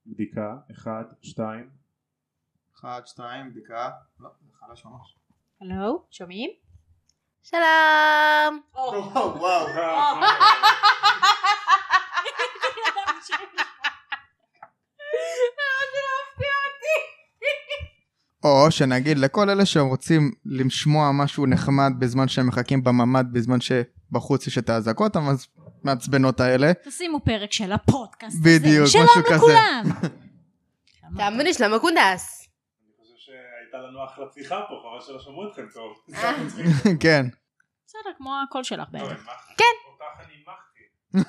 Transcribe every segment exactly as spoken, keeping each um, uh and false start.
בדיקה, אחד, שתיים. אחד, שתיים, בדיקה. לא, זה חלש ממש. הלו, שומעים? שלום. וואו, וואו. או שנגיד לכל אלה שרוצים לשמוע משהו נחמד בזמן שהם מחכים בממד, בזמן שבחוץ יש את האזעקות, אז מעצבנות האלה. תשימו פרק של הפודקאסט הזה. בדיוק, משהו שלום כזה. לכולם. תאמיני, שלום הקונדס. אני חושב שהייתה לנו אחלה פתיחה פה, חבל שלא שמעו אתכם טוב. כן. בסדר, כמו הקול שלך בערך. כן. אותך אני מחתי.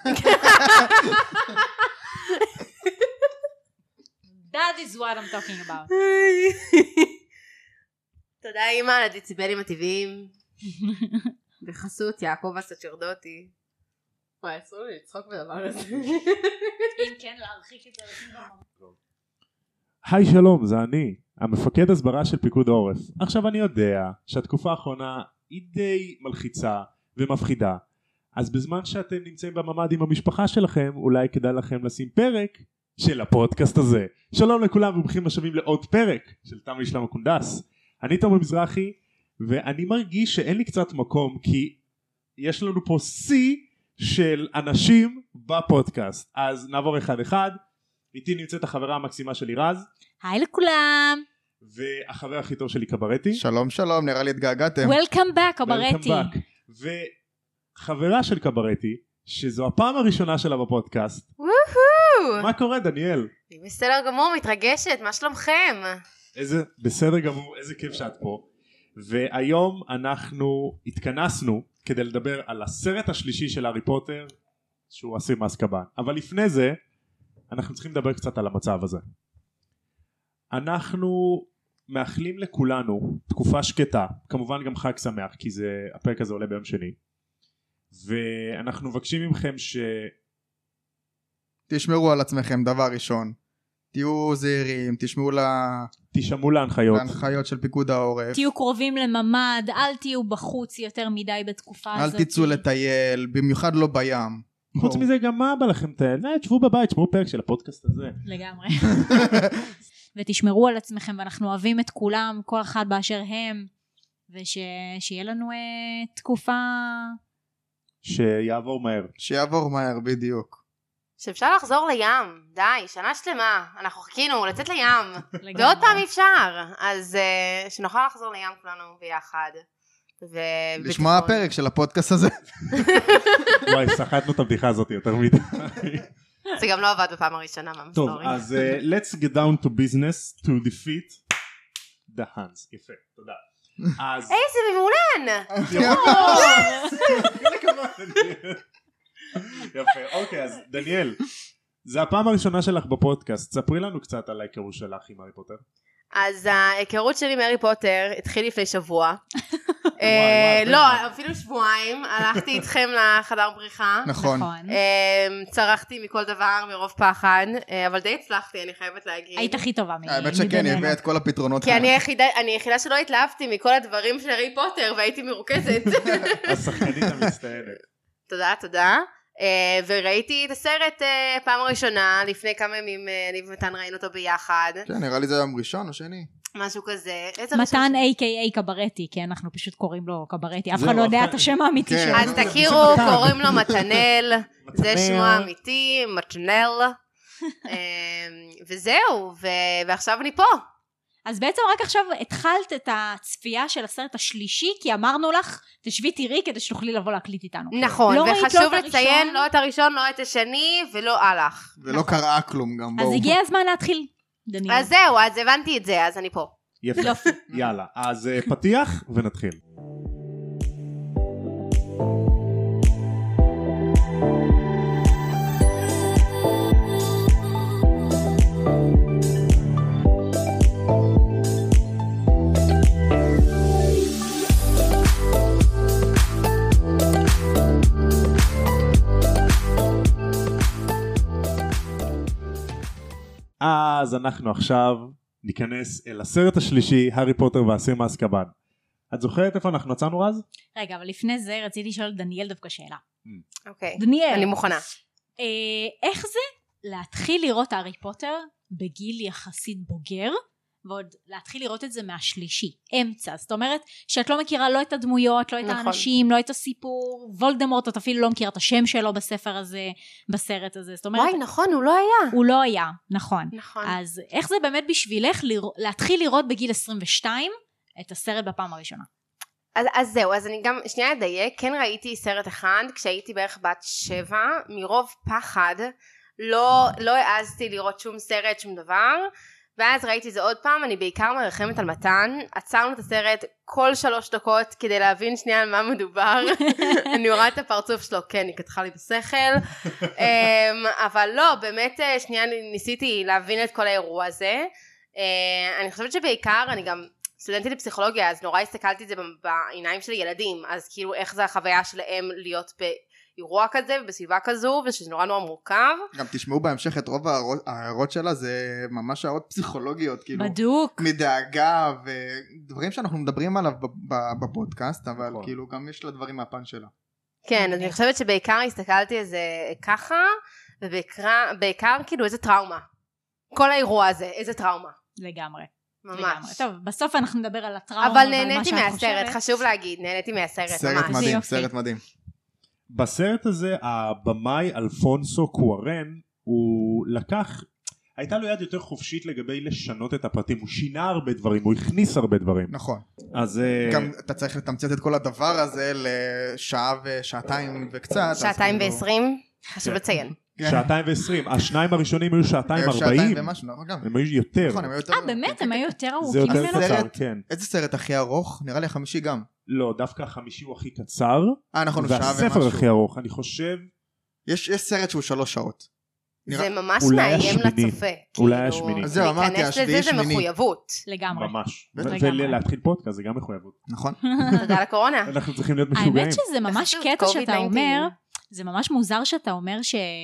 That is what I'm talking about. תודה אימא על הדיציבלים הטבעיים. בחסות יעקב הסצ'רדוטי. וואי, אסור לי לצחוק בדבר הזה. אם כן, להרחיק את זה. היי שלום, זה אני, המפקד הסברה של פיקוד העורף. עכשיו אני יודע שהתקופה האחרונה היא די מלחיצה ומפחידה, אז בזמן שאתם נמצאים בממד עם המשפחה שלכם, אולי כדאי לכם לשים פרק של הפודקאסט הזה. שלום לכולם וברוכים השבים לעוד פרק של תמי שלום הקונדס. אני תומר מזרחי, ואני מרגיש שאין לי קצת מקום, כי יש לנו פה שיא של אנשים בפודקאסט. אז נעבור אחד אחד. איתי נמצאת החברה המקסימה שלי רז. היי לכולם. והחבר הכי טוב שלי קברטי. שלום שלום, נראה לי התגעגעתם. Welcome back, קברטי. וחברה של קברטי, שזו הפעם הראשונה שלה בפודקאסט. וואו. מה קורה דניאל? אני בסדר גמור, מתרגשת, מה שלומכם? איזה בסדר גמור, איזה כיף שאת פה. והיום אנחנו התכנסנו כדי לדבר על הסרט השלישי של הארי פוטר, שהוא אסיר מאזקבאן. אבל לפני זה אנחנו צריכים לדבר קצת על המצב הזה. אנחנו מאחלים לכולנו תקופה שקטה, כמובן גם חג שמח, כי זה, הפרק הזה עולה ביום שני, ואנחנו מבקשים מכם ש... תשמרו על עצמכם, דבר ראשון. תהיו זהירים, תשמעו תשמעו להנחיות. להנחיות של פיקוד העורף. תהיו קרובים לממד, אל תהיו בחוץ יותר מדי בתקופה אל הזאת. אל תצאו לטייל, במיוחד לא בים. חוץ מזה גם מה בא לכם טייל? תשבו בבית, תשמעו פרק של הפודקאסט הזה. לגמרי. ותשמרו על עצמכם, ואנחנו אוהבים את כולם, כל אחד באשר הם, ושיהיה לנו אה, תקופה... שיעבור מהר. שיעבור מהר, בדיוק. שאפשר לחזור לים, די, שנה שלמה, אנחנו חיכינו לצאת לים, לגמרי. ועוד פעם אפשר, אז uh, שנוכל לחזור לים כולנו ביחד. ו... לשמוע בתיכון. הפרק של הפודקאסט הזה. וואי, שחטנו את הבדיחה הזאת יותר מדי. זה גם לא עבד בפעם הראשונה טוב, מהמסטורי. אז uh, let's get down to business to defeat the Huns. יפה, תודה. אז... איזה ממולן! יפה, אוקיי, אז דניאל, זה הפעם הראשונה שלך בפודקאסט, ספרי לנו קצת על ההיכרות שלך עם הארי פוטר. אז ההיכרות שלי עם הארי פוטר התחיל לפני שבוע. וואי, לא, אפילו שבועיים, הלכתי איתכם לחדר בריחה. נכון. צרחתי מכל דבר מרוב פחד, אבל די הצלחתי, אני חייבת להגיד. היית הכי טובה. מ- האמת שכן, היא הביאה את כל הפתרונות. כי אני היחידה, אני היחידה שלא התלהבתי מכל הדברים של הארי פוטר, והייתי מרוכזת. השחקנית המצטיינת. תודה, תודה. Uh, וראיתי את הסרט uh, פעם ראשונה, לפני כמה ימים uh, אני ומתן ראינו אותו ביחד. כן, נראה לי זה יום ראשון או שני. משהו כזה. מתן איי קיי איי קברטי, כי אנחנו פשוט קוראים לו קברטי, אף זהו, אחד לא יודע אף- את השם האמיתי כן. שלו. אז תכירו, קוראים לו מתנאל, זה מתנאל. שמו האמיתי, מתנאל. um, וזהו, ו- ועכשיו אני פה. אז בעצם רק עכשיו התחלת את הצפייה של הסרט השלישי, כי אמרנו לך, תשבי תראי כדי שתוכלי לבוא להקליט איתנו. נכון, לא ראית לא וחשוב את לציין, הראשון? לא את הראשון, לא את השני, ולא הלך. ולא קרה כלום גם, אז בואו. הגיע הזמן להתחיל, דניאל. אז זהו, אז הבנתי את זה, אז אני פה. יפה, יופי. יאללה, אז uh, פתיח ונתחיל. אז אנחנו עכשיו ניכנס אל הסרט השלישי, הארי פוטר והאסיר מאזקבאן. את זוכרת איפה אנחנו עצרנו רז? רגע, אבל לפני זה רציתי לשאול דניאל דווקא שאלה. אוקיי, דניאל, אני מוכנה. אה, איך זה להתחיל לראות הארי פוטר בגיל יחסית בוגר, ועוד להתחיל לראות את זה מהשלישי, אמצע. זאת אומרת שאת לא מכירה לא את הדמויות, לא את נכון. האנשים, לא את הסיפור, וולדמורט, את אפילו לא מכירה את השם שלו בספר הזה, בסרט הזה. זאת אומרת, וואי, נכון, הוא לא היה. הוא לא היה, נכון. נכון. אז איך זה באמת בשבילך לרא... להתחיל לראות בגיל עשרים ושתיים את הסרט בפעם הראשונה? אז, אז זהו, אז אני גם שנייה אדייק, כן ראיתי סרט אחד כשהייתי בערך בת שבע, מרוב פחד, לא, לא העזתי לראות שום סרט, שום דבר, ואז ראיתי זה עוד פעם, אני בעיקר מרחמת על מתן, עצרנו את הסרט כל שלוש דקות כדי להבין שנייה על מה מדובר, אני רואה את הפרצוף שלו, כן, היא קטחה לי בשכל, אבל לא, באמת שנייה ניסיתי להבין את כל האירוע הזה, אני חושבת שבעיקר אני גם סטודנטית לפסיכולוגיה, אז נורא הסתכלתי את זה בעיניים של ילדים, אז כאילו איך זה החוויה שלהם להיות באירוע כזה ובסביבה כזו, ושזה נורא נורא מורכב. גם תשמעו בהמשך את רוב ההערות שלה, זה ממש הערות פסיכולוגיות, כאילו. בדוק. מדאגה ודברים שאנחנו מדברים עליו בפודקאסט, אבל כאילו גם יש לה דברים מהפן שלה. כן, אז אני חושבת שבעיקר הסתכלתי על זה ככה, ובעיקר כאילו איזה טראומה. כל האירוע הזה, איזה טראומה. לגמרי. ממש. טוב, בסוף אנחנו נדבר על הטראומה. אבל נהניתי מהסרט, חשוב להגיד, נהניתי מהסרט. סרט מדהים, סרט מדהים. בסרט הזה הבמאי אלפונסו קוארן הוא לקח, הייתה לו יד יותר חופשית לגבי לשנות את הפרטים, הוא שינה הרבה דברים, הוא הכניס הרבה דברים. נכון. אז גם אתה צריך לתמצת את כל הדבר הזה לשעה ושעתיים וקצת. שעתיים ועשרים, חשוב לציין. שעתיים ועשרים, השניים הראשונים היו שעתיים ארבעים, הם היו יותר. אה באמת, הם היו יותר ארוכים ממנו? איזה סרט הכי ארוך? נראה לי החמישי גם. לא, דווקא החמישי הוא הכי קצר, והספר הכי ארוך, אני חושב. יש סרט שהוא שלוש שעות. זה ממש מאיים לצופה. אולי השמיני. אז זהו, אמרתי, השביעי שמיני. זה מחויבות. לגמרי. ממש. ולהתחיל פודקאסט זה גם מחויבות. נכון. תודה לקורונה. אנחנו צריכים להיות משוגעים. האמת שזה ממש קטע שאתה אומר, זה ממש מוזר שאתה אומר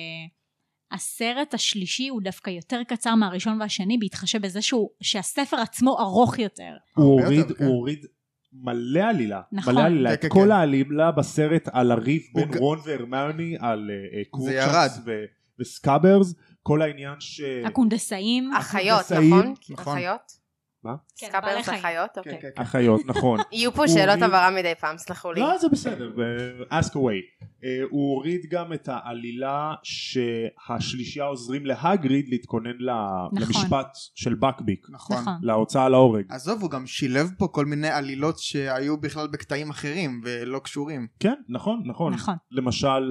שהסרט השלישי הוא דווקא יותר קצר מהראשון והשני, בהתחשב בזה שהספר עצמו ארוך יותר. הוא הוריד מלא עלילה, מלא עלילה, את כל העלילה בסרט על הריב בין רון והרמיוני, על קרוקשקס וסקאברס, כל העניין ש... הקונדסאים. אחיות, נכון? אחיות? מה? סקאברס אחיות, אוקיי. אחיות, נכון. יהיו פה שאלות הבהרה מדי פעם, סלחו לי. לא, זה בסדר, ask away. הוא הוריד גם את העלילה שהשלישייה עוזרים להגריד להתכונן למשפט של בקביק. נכון. להוצאה להורג. עזוב, הוא גם שילב פה כל מיני עלילות שהיו בכלל בקטעים אחרים ולא קשורים. כן, נכון, נכון. למשל,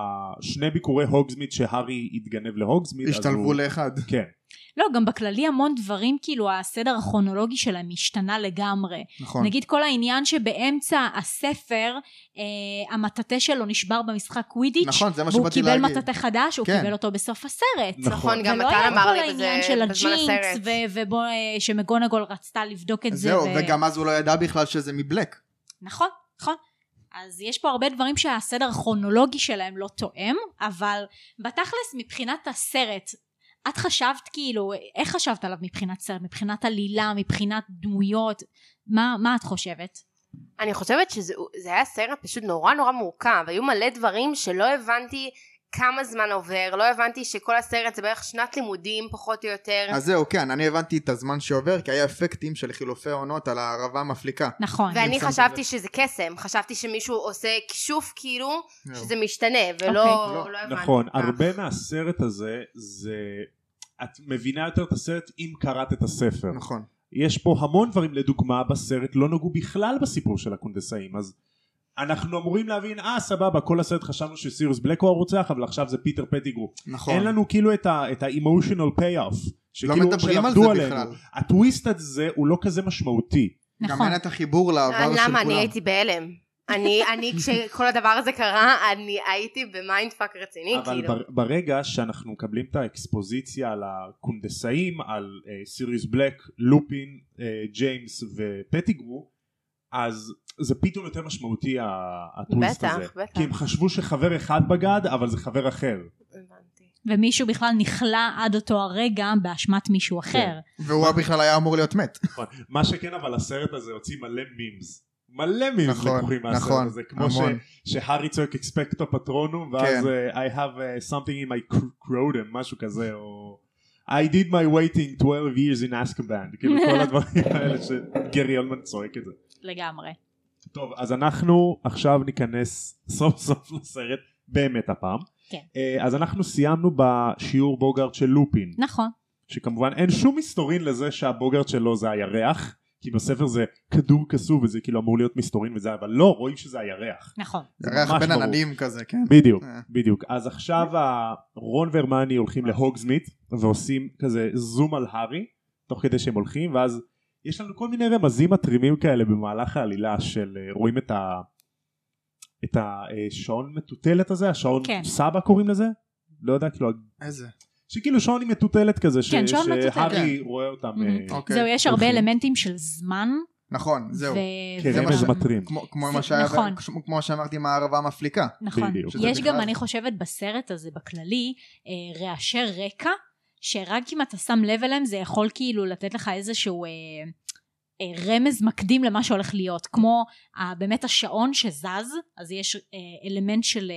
שני ביקורי הוגזמיד שהארי התגנב להוגזמיד. השתלבו לאחד. כן. לא, גם בכללי המון דברים, כאילו הסדר הכרונולוגי שלהם השתנה לגמרי. נכון. נגיד כל העניין שבאמצע הספר, אה, המטאטה שלו נשבר במשחק קווידיץ'. נכון, זה מה שבאתי להגיד. והוא קיבל מטאטה חדש, הוא כן. קיבל אותו בסוף הסרט. נכון, גם מתן אמר לי בזה בזמן הסרט. ולא היה כל העניין של הג'ינקס, ובו שמגונגול רצתה לבדוק את זה. זהו, ו... וגם אז הוא לא ידע בכלל שזה מבלק. נכון, נכון. אז יש פה הרבה דברים שהסדר הכרונולוגי שלהם לא תואם, אבל בתכלס מבחינת הסרט, את חשבת כאילו, איך חשבת עליו מבחינת סרט, מבחינת עלילה, מבחינת דמויות, מה, מה את חושבת? אני חושבת שזה היה סרט פשוט נורא נורא מורכב, היו מלא דברים שלא הבנתי כמה זמן עובר, לא הבנתי שכל הסרט זה בערך שנת לימודים פחות או יותר. אז זהו, כן, אני הבנתי את הזמן שעובר, כי היה אפקטים של חילופי עונות על הערבה המפליקה. נכון. ואני חשבתי שזה קסם, חשבתי שמישהו עושה כישוף כאילו, שזה משתנה, ולא הבנתי. נכון, הרבה מהסרט הזה, זה, את מבינה יותר את הסרט אם קראת את הספר. נכון. יש פה המון דברים, לדוגמה, בסרט לא נגעו בכלל בסיפור של הקונדסאים, אז אנחנו אמורים להבין, אה סבבה, כל הסרט חשבנו שסיריוס בלק הוא הרוצח, אבל עכשיו זה פיטר פטיגרו. נכון. אין לנו כאילו את ה-emotional payoff, לא מדברים על זה בכלל. הטוויסט הזה הוא לא כזה משמעותי. נכון. גם אין את החיבור לעבר של כולם. למה? אני הייתי בהלם. אני, אני, כשכל הדבר הזה קרה, אני הייתי במיינד פאק רציני, אבל כאילו. אבל ברגע שאנחנו מקבלים את האקספוזיציה על הקונדסאים, על uh, סיריוס בלק, לופין, uh, ג'יימס ופטיגרו, אז זה פתאום יותר משמעותי הטוויסט הזה. בטח, בטח. כי הם חשבו שחבר אחד בגד, אבל זה חבר אחר. הבנתי. ומישהו בכלל נכלה עד אותו הרגע באשמת מישהו אחר. והוא בכלל היה אמור להיות מת. מה שכן, אבל הסרט הזה הוציא מלא מימס. מלא מימים נכון, לקוחים מהסרט נכון, הזה, כמו ש- המון. שהארי צועק אקספקטו פטרונום, ואז כן. uh, I have uh, something in my scrotum, משהו כזה, או I did my waiting twelve years in Azkaban, כאילו כל הדברים האלה שגרי אולמן צועק את זה. לגמרי. טוב, אז אנחנו עכשיו ניכנס סוף סוף לסרט, באמת הפעם. כן. Uh, אז אנחנו סיימנו בשיעור בוגארט של לופין, נכון. שכמובן אין שום מסתורין לזה שהבוגארט שלו זה הירח, כי בספר זה כדור כסוף וזה כאילו אמור להיות מסתורין וזה, אבל לא, רואים שזה הירח. נכון. זה ירח ממש בין ברור. עננים כזה, כן? בדיוק, אה. בדיוק. אז עכשיו רון והרמיוני הולכים להוגזמית ועושים כזה זום על הארי תוך כדי שהם הולכים, ואז יש לנו כל מיני רמזים מטרימים כאלה במהלך העלילה של רואים את ה את השעון מטוטלת הזה, השעון כן. סבא קוראים לזה? לא יודע, כאילו איזה? שכאילו שעון עם מטוטלת כזה, ש- כן, שעון מטוטלת. שהארי כן. רואה אותם Mhm. אה, אוקיי. זהו, יש הרבה הולכים. אלמנטים של זמן. נכון, זהו. ו- זה מה כרמז ש- מטרים. כמו- כמו זה- מה שהיה, נכון. כמו- כמו שאמרתי עם הערבה המפליקה. נכון. בדיוק. שזה יש בכלל- גם, אני חושבת, בסרט הזה בכללי, אה, רעשי רקע, שרק אם אתה שם לב אליהם זה יכול כאילו לתת לך איזשהו אה, אה, רמז מקדים למה שהולך להיות, כמו אה, באמת השעון שזז, אז יש אה, אלמנט של אה,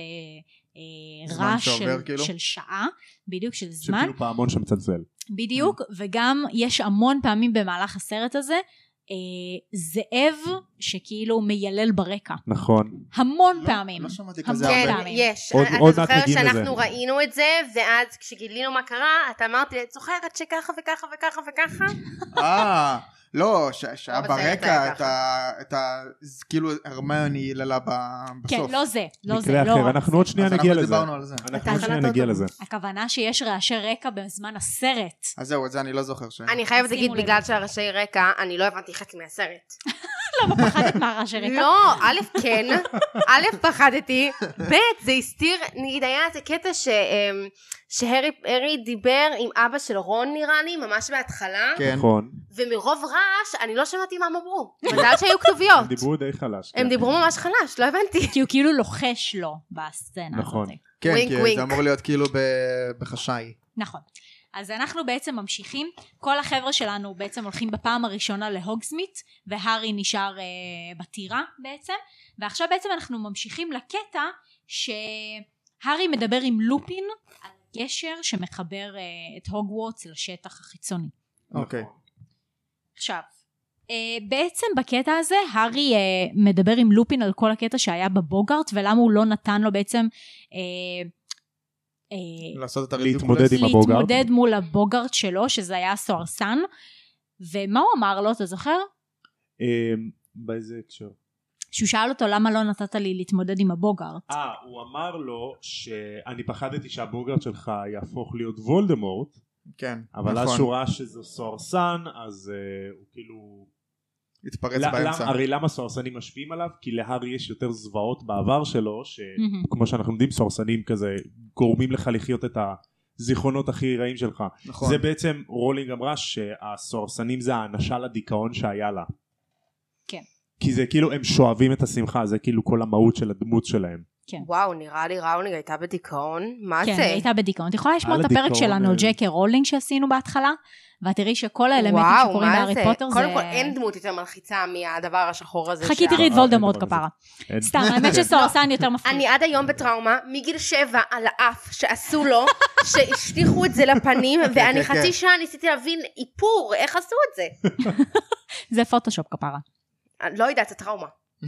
אה, זמן רעש שעובר, של, כאילו? של שעה, בדיוק של זמן, שכאילו פעמון שמצלצל. בדיוק, וגם יש המון פעמים במהלך הסרט הזה, אה, זאב שכאילו מיילל ברקע, נכון. המון לא- פעמים. לא שמעתי המון כזה כן, הרבה. פעמים. יש. עוד- אתה עוד מעט זוכר מגיעים לזה. שאנחנו ראינו את זה, ואז כשגילינו מה קרה, אתה אמרתי, את זוכרת שככה וככה וככה וככה? אה, לא, ש- שהיה בסרט היה ברקע את ככה. ה... את ה... כאילו הרמיוני יללה ב- כן, בסוף. לא זה, לא זה, מקרה לא אחר, רק אנחנו זה. עוד שנייה אז נגיע אנחנו לזה. דיברנו על זה. אנחנו עוד אתה שנייה הכנת נגיע אותו. לזה. הכוונה שיש רעשי רקע בזמן הסרט. אז זהו, את זה אני לא זוכר ש... אני חייבת להגיד, שימו לב. בגלל שהראשי רקע, אני לא הבנתי חצי מהסרט. למה פחדת מהרעשי רקע? לא, א' כן, א' פחדתי, ב' זה הסתיר, נגיד היה איזה קטע ש... אמ, שהרי הרי דיבר עם אבא של רון נראה לי, ממש בהתחלה, כן. נכון. ומרוב רעש אני לא שמעתי מה הם אמרו, מזל שהיו כתוביות, הם דיברו די חלש. הם כן. דיברו ממש חלש, לא הבנתי. כי הוא כאילו לוחש לו בסצנה נכון. הזאת. כן, ווינק, כי ווינק. זה אמור להיות כאילו ב- בחשאי. נכון. אז אנחנו בעצם ממשיכים, כל החבר'ה שלנו בעצם הולכים בפעם הראשונה להוגסמית, והארי נשאר אה, בטירה בעצם, ועכשיו בעצם אנחנו ממשיכים לקטע שהארי מדבר עם לופין על גשר שמחבר אה, את הוגוורטס לשטח החיצוני. אוקיי. עכשיו, אה, בעצם בקטע הזה הארי אה, מדבר עם לופין על כל הקטע שהיה בבוגארט, ולמה הוא לא נתן לו בעצם אה, אה, לעשות את להתמודד הרדיוקולס. עם הבוגארט. להתמודד מול הבוגארט שלו, שזה היה סוהרסן, ומה הוא אמר לו, אתה זוכר? אמ, באיזה הקשר? שהוא שאל אותו למה לא נתת לי להתמודד עם הבוגארט. אה, הוא אמר לו שאני פחדתי שהבוגארט שלך יהפוך להיות וולדמורט, כן, אבל אז נכון. שהוא ראה שזה סוהרסן, אז uh, הוא כאילו... התפרץ לא- באמצע. למ- הרי למה סוהרסנים משפיעים עליו? כי להארי יש יותר זוועות בעבר שלו, מהמם. שכמו שאנחנו יודעים סוהרסנים כזה גורמים לך לחיות את הזיכרונות הכי רעים שלך. נכון. זה בעצם רולינג אמרה שהסוהרסנים זה האנשה לדיכאון שהיה לה. כן. כי זה כאילו הם שואבים את השמחה, זה כאילו כל המהות של הדמות שלהם. וואו, נראה לי ראולינג הייתה בדיכאון, מה כן, זה? היא הייתה בדיכאון. את יכולה לשמוע על את הפרק הדיכאון, שלנו, אה. ג'קי רולינג שעשינו בהתחלה, ואת תראי שכל האלמנטים וואו, שקורים מה בהארי זה? פוטר זה... קודם כל אין דמות יותר מלחיצה מהדבר השחור הזה. חכי שה- תראי את אה, וולדמורט אין דבר כפרה. אין. סתם, האמת שסוהרסן יותר מפחיד. אני עד היום בטראומה, מגיל שבע על האף שעשו לו, שהשטיחו את זה לפנים, ואני כן, כן. חצי שעה ניסיתי להבין איפור, איך עשו את זה? זה פוטושופ כפרה. אני לא יודעת, זה טראומה.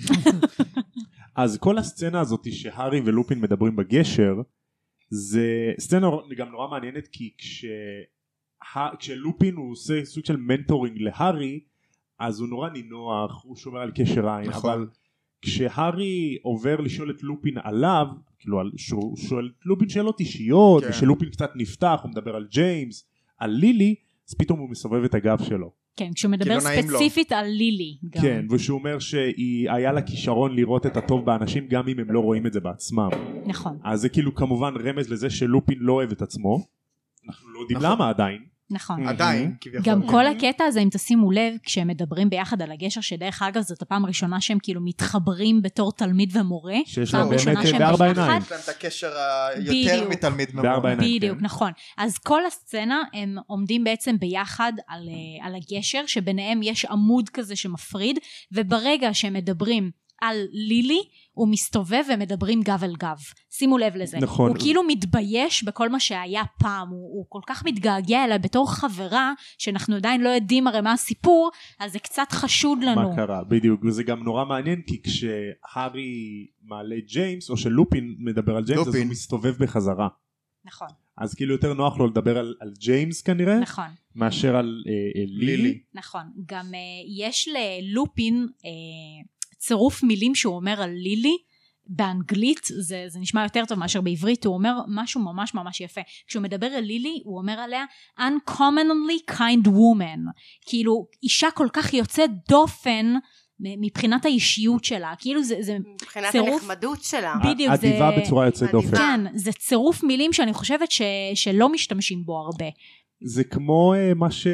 אז כל הסצנה הזאת שהארי ולופין מדברים בגשר, זה סצנה גם נורא מעניינת, כי כש... כשלופין הוא עושה סוג של מנטורינג להארי, אז הוא נורא נינוח, הוא שומר על קשר עין, נכון. אבל כשהארי עובר לשאול את לופין עליו, כאילו שהוא שואל את לופין שאלות אישיות, כן. ושלופין קצת נפתח, הוא מדבר על ג'יימס, על לילי, אז פתאום הוא מסובב את הגב שלו. כן, כשהוא מדבר כי לא נעים לו. ספציפית על לילי. גם. כן, ושהוא אומר שהיה לה כישרון לראות את הטוב באנשים גם אם הם לא רואים את זה בעצמם. נכון. אז זה כאילו כמובן רמז לזה שלופין לא אוהב את עצמו. אנחנו לא יודעים נכון. למה עדיין, נכון. עדיין, כביכול. גם כל הקטע הזה, אם תשימו לב, כשהם מדברים ביחד על הגשר, שדרך אגב זאת הפעם הראשונה שהם כאילו מתחברים בתור תלמיד ומורה. שיש פעם להם ראשונה באמת שהם בארבע ביחד. עיניים. יש להם את הקשר היותר מתלמיד בארבע ממורה. עיניים. בדיוק, כן. נכון. אז כל הסצנה הם עומדים בעצם ביחד על, על הגשר, שביניהם יש עמוד כזה שמפריד, וברגע שהם מדברים על לילי, הוא מסתובב ומדברים גב אל גב. שימו לב לזה. נכון. הוא כאילו מתבייש בכל מה שהיה פעם, הוא, הוא כל כך מתגעגע אליי בתור חברה, שאנחנו עדיין לא יודעים הרי מה הסיפור, אז זה קצת חשוד לנו. מה קרה, בדיוק, וזה גם נורא מעניין, כי כשהארי מעלה ג'יימס, או שלופין מדבר על ג'יימס, לופין. אז הוא מסתובב בחזרה. נכון. אז כאילו יותר נוח לו לדבר על, על ג'יימס כנראה, נכון. מאשר על אה, אה, לילי. לילי. נכון. גם אה, יש ללופין אה, צירוף מילים שהוא אומר על לילי, באנגלית זה, זה נשמע יותר טוב מאשר בעברית, הוא אומר משהו ממש ממש יפה. כשהוא מדבר על לילי, הוא אומר עליה uncommonly kind woman, כאילו אישה כל כך יוצאת דופן מבחינת האישיות שלה, כאילו זה, זה מבחינת צירוף, הנחמדות שלה. בדיוק, זה, אדיבה בצורה יוצאת אדיבה. דופן. כן, זה צירוף מילים שאני חושבת ש, שלא משתמשים בו הרבה. זה כמו אה, מה ש...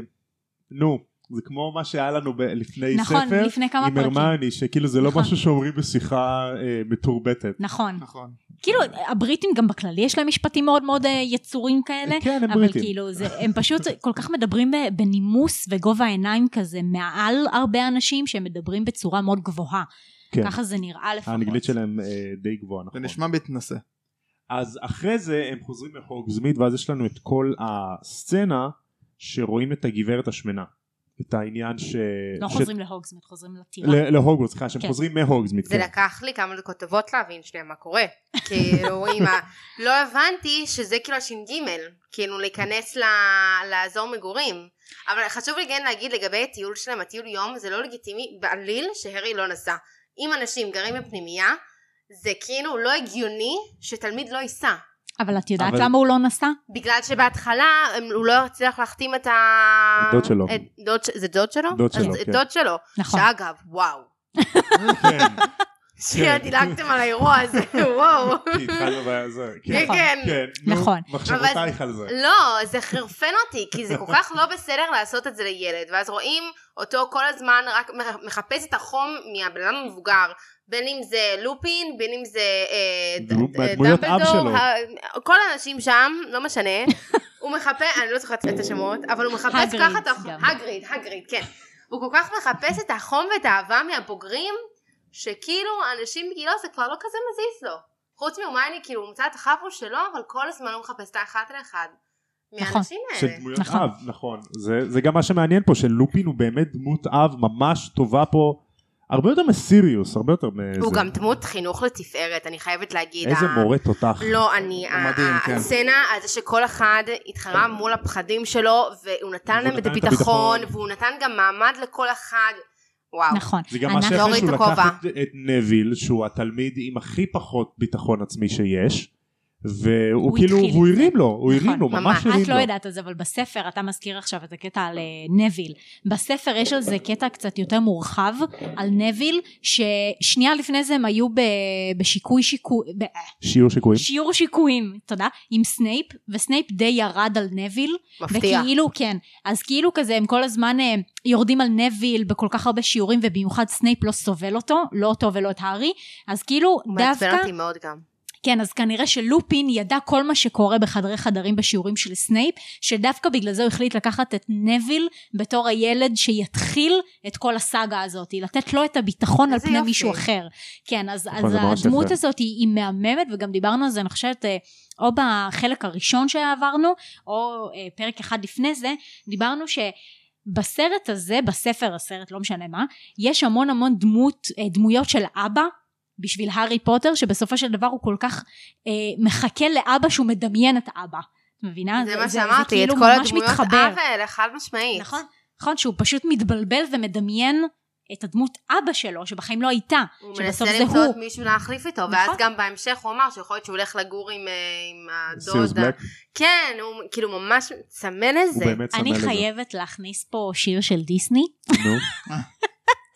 נו, זה כמו מה שהיה לנו ב- לפני נכון, ספר, לפני כמה עם פרקים. הרמני, שכאילו זה לא נכון. משהו שאומרים בשיחה אה, מתורבתת. נכון. נכון. כאילו הבריטים גם בכללי יש להם משפטים מאוד מאוד אה, יצורים כאלה, כן, הם אבל בריטים. כאילו זה, הם פשוט כל כך מדברים ב- בנימוס וגובה העיניים כזה מעל הרבה אנשים שהם מדברים בצורה מאוד גבוהה. כן. ככה זה נראה לפחות. האנגלית שלהם אה, די גבוהה, זה נכון. נשמע מתנשא. אז אחרי זה הם חוזרים להוגזמיד, ואז יש לנו את כל הסצנה שרואים את הגברת השמנה. את העניין ש... לא ש... חוזרים להוגזמיד, חוזרים לטירה. ל- להוגוורטס, סליחה, שהם כן. חוזרים מהוגזמיד. זה כן. לקח לי כמה דקות טובות להבין שנייה מה קורה. כאילו, אמא, לא הבנתי שזה כאילו הש"ג, כאילו להיכנס ל- לאזור מגורים. אבל חשוב לי כן להגיד לגבי הטיול שלהם, הטיול יום, זה לא לגיטימי בעליל שהרי לא נסע. אם אנשים גרים בפנימייה, זה כאילו לא הגיוני שתלמיד לא ייסע. אבל את יודעת אבל- למה הוא לא נסע? בגלל שבהתחלה הם- הוא לא הצליח להחתים את ה... דוד שלו. את דוד, ש- זה דוד שלו? דוד שלו, אז את כן. דוד שלו. נכון. שאגב, וואו. כן. שנייה, דילגתם על האירוע הזה, וואו. כי התחלנו בזה. כן, כן. כן, נו, נכון. מחשבותייך על זה. לא, זה חרפן אותי, כי זה כל כך לא בסדר לעשות את זה לילד, ואז רואים אותו כל הזמן רק מחפש את החום מהבן אדם המבוגר, בין אם זה לופין, בין אם זה אה, דמו- ד- אה, מהדמויות אב דמבלדור, שלו. ה- כל האנשים שם, לא משנה, הוא מחפש, אני לא זוכרת את השמות, אבל הוא מחפש הגריד ככה את החום, גם. הגריד, הגריד, כן, הוא כל כך מחפש את החום ואת האהבה מהבוגרים, שכאילו האנשים בגילו זה כבר לא כזה מזיז לו, חוץ מהרמיוני כאילו הוא מצא את החברו שלו, אבל כל הזמן הוא מחפש את האחת לאחד, מהאנשים של האלה. דמויות נכון. אב, נכון. זה, זה גם מה שמעניין פה, שלופין הוא באמת דמות אב ממש טובה פה, הרבה יותר מסיריוס, הרבה יותר מזה. הוא גם דמות חינוך לתפארת, אני חייבת להגיד. איזה ה- מורה תותח. לא, אני, הוא ה- מדהים, ה- כן. הסצנה על זה שכל אחד התחרה מול הפחדים שלו, והוא נתן להם את נתן את הביטחון, הביטחון. והוא נתן גם מעמד לכל אחד. וואו. נכון. זה גם מה אנחנו- שאחרי להוריד שהוא את לקח הכובע. את, את נביל, שהוא התלמיד עם הכי פחות ביטחון עצמי שיש, והוא הוא כאילו, התחיל הוא את זה. הרים לו, הוא נכון, הרים לו, ממש ממש. הרים את לא לו. יודעת את זה, אבל בספר, אתה מזכיר עכשיו את הקטע על אה, נביל. בספר יש על זה קטע קצת יותר מורחב, על נביל, ששנייה לפני זה הם היו ב- בשיקוי שיקוי, ב- שיעור שיקויים. שיעור שיקויים, תודה, עם סנייפ, וסנייפ די ירד על נביל, מפתיע. וכאילו, כן, אז כאילו כזה הם כל הזמן אה, יורדים על נביל בכל כך הרבה שיעורים, ובמיוחד סנייפ לא סובל אותו, לא אותו ולא את הארי, אז כאילו הוא מעצבן דווקא, אותי מאוד גם. כן, אז כנראה שלופין ידע כל מה שקורה בחדרי חדרים בשיעורים של סנייפ, שדווקא בגלל זה הוא החליט לקחת את נביל בתור הילד שיתחיל את כל הסאגה הזאת, לתת לו את הביטחון על איזה פני יופי. מישהו אחר. כן, אז, נכון, אז זה ממש הדמות יפה. הזאת היא, היא מהממת, וגם דיברנו על זה, אני חושבת, אה, או בחלק הראשון שעברנו, או אה, פרק אחד לפני זה, דיברנו ש... בסרט הזה, בספר הסרט, לא משנה מה, יש המון המון דמות, אה, דמויות של אבא, בשביל הארי פוטר, שבסופו של דבר הוא כל כך אה, מחכה לאבא שהוא מדמיין את האבא. את מבינה? זה מה שאמרתי, את כאילו כל ממש הדמויות מתחבר. אב האלה, חד משמעית. נכון, נכון, שהוא פשוט מתבלבל ומדמיין את הדמות אבא שלו, שבחיים לא הייתה. הוא מנסה שבסוף זה למצוא את הוא. מישהו להחליף איתו, נכון. ואז גם בהמשך הוא אמר שיכול להיות שהוא הולך לגור עם, אה, עם סיריוס הדודה. בלק, כן, הוא כאילו ממש צמא לזה. הוא באמת סמל אני לזה. חייבת להכניס פה שיר של דיסני. נו.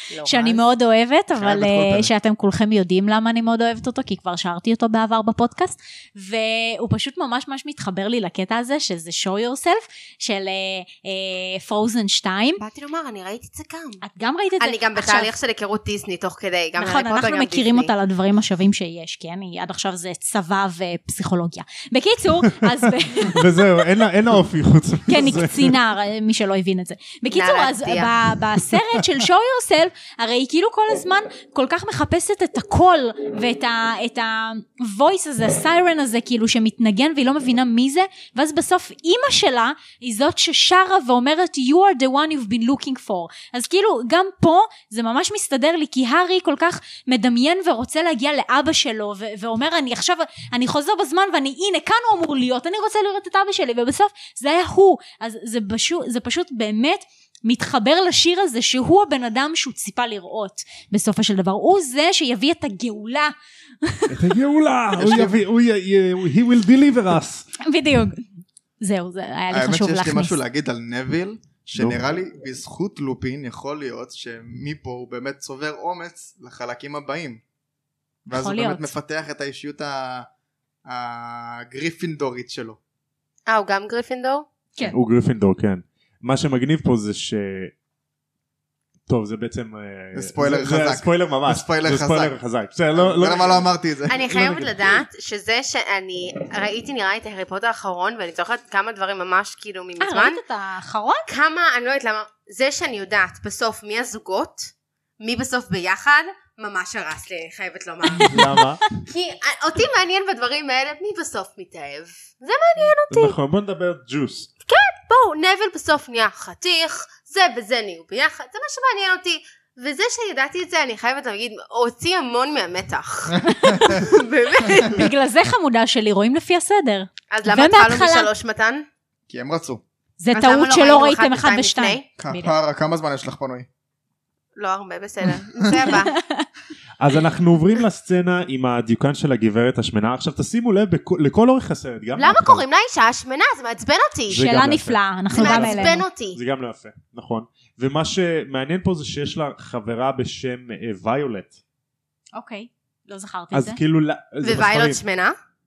לא שאני רז. מאוד אוהבת, אבל בכל uh, פלא. שאתם כולכם יודעים למה אני מאוד אוהבת אותו, כי כבר שרתי אותו בעבר בפודקאסט, והוא פשוט ממש ממש מתחבר לי לקטע הזה, שזה show yourself, של uh, uh, Frozen שתיים. באתי לומר, אני ראיתי את זה גם. את גם ראית את זה? אני גם עכשיו, בתהליך של היכרות דיסני תוך כדי, גם נכון, הארי פוטר, אנחנו גם מכירים דיסני. אותה לדברים השווים שיש, כן? היא עד עכשיו זה צבא ופסיכולוגיה. בקיצור, אז... ב- וזהו, אין לה- אין לה אופי חוץ מזה. כן, היא קצינה, מי שלא הבין את זה. בקיצור, נא אז להצדיע. ב- בסרט של show yourself, הרי היא כאילו כל הזמן כל כך מחפשת את הקול, ואת ה- את ה-voice הזה, הסיירן הזה, כאילו שמתנגן, והיא לא מבינה מי זה, ואז בסוף אימא שלה, היא זאת ששרה ואומרת, you are the one you've been looking for. אז כאילו, גם פה, זה ממש מסתדר לי, כי הארי כל כך מדמיין ורוצה להגיע לאבא שלו, ו- ואומר, אני עכשיו, אני חוזר בזמן, ואני, הנה, כאן הוא אמור להיות, אני רוצה לראות את אבא שלי, ובסוף זה היה הוא. אז זה פשוט, זה פשוט באמת מתחבר לשיר הזה, שהוא הבן אדם שהוא ציפה לראות בסופו של דבר. הוא זה שיביא את הגאולה. את הגאולה, הוא יביא, הוא י- י- he will deliver us. בדיוק. זהו, זה היה לי האמת חשוב שיש לי להכניס. משהו להגיד על נביל, שנראה לי בזכות לופין יכול להיות שמפה הוא באמת צובר אומץ לחלקים הבאים. ואז יכול הוא באמת להיות. מפתח את האישיות ה- הגריפינדורית שלו. אה, הוא גם גריפינדור? כן. הוא גריפינדור, כן. מה שמגניב פה זה ש... טוב, זה בעצם... אה, זה ספוילר זה חזק. ספוילר ממש. זה ספוילר זה ספוילר חזק. חזק. בסדר, לא... לא יודע מה לא אמרתי את זה. אני חייבת לדעת שזה שאני ראיתי נראה לי את הארי פוטר האחרון, ואני זוכרת כמה דברים ממש כאילו אה, מזמן. ראית את האחרון? כמה, אני לא יודעת למה, זה שאני יודעת בסוף מי הזוגות, מי בסוף ביחד, ממש הרס לי, אני חייבת לומר. למה? כי אותי מעניין בדברים האלה, מי בסוף מתאהב. זה מעניין אותי. נכון, בוא נדבר ג'וס. בואו, נבל בסוף נהיה חתיך, זה וזה נהיו ביחד, זה מה שמעניין אותי. וזה שידעתי את זה, אני חייבת להגיד, הוציא המון מהמתח. באמת. בגלל זה חמודה שלי, רואים לפי הסדר. אז למה התחלנו ומההתחלה- בשלוש מתן? כי הם רצו. זה אז למה טעות לא שלא ראינו ראיתם אחד אחד ושתיים ושתיים. בדיוק. כפרה, כמה זמן יש לך פנוי? לא הרבה, בסדר. זה הבא. אז אנחנו עוברים לסצנה עם הדיוקן של הגברת השמנה. עכשיו תשימו לב בכ- לכל אורך הסרט. גם למה בהתחלה. קוראים לה אישה השמנה? זה מעצבן אותי. זה שאלה גם לא נפלאה, זה אנחנו גם מעצבן אלינו. אותי. זה גם לא יפה, נכון. ומה שמעניין פה זה שיש לה חברה בשם אה, ויולט. אוקיי, לא זכרתי את אז זה. כאילו, לא- זה בספרים. וויילוט שמנה?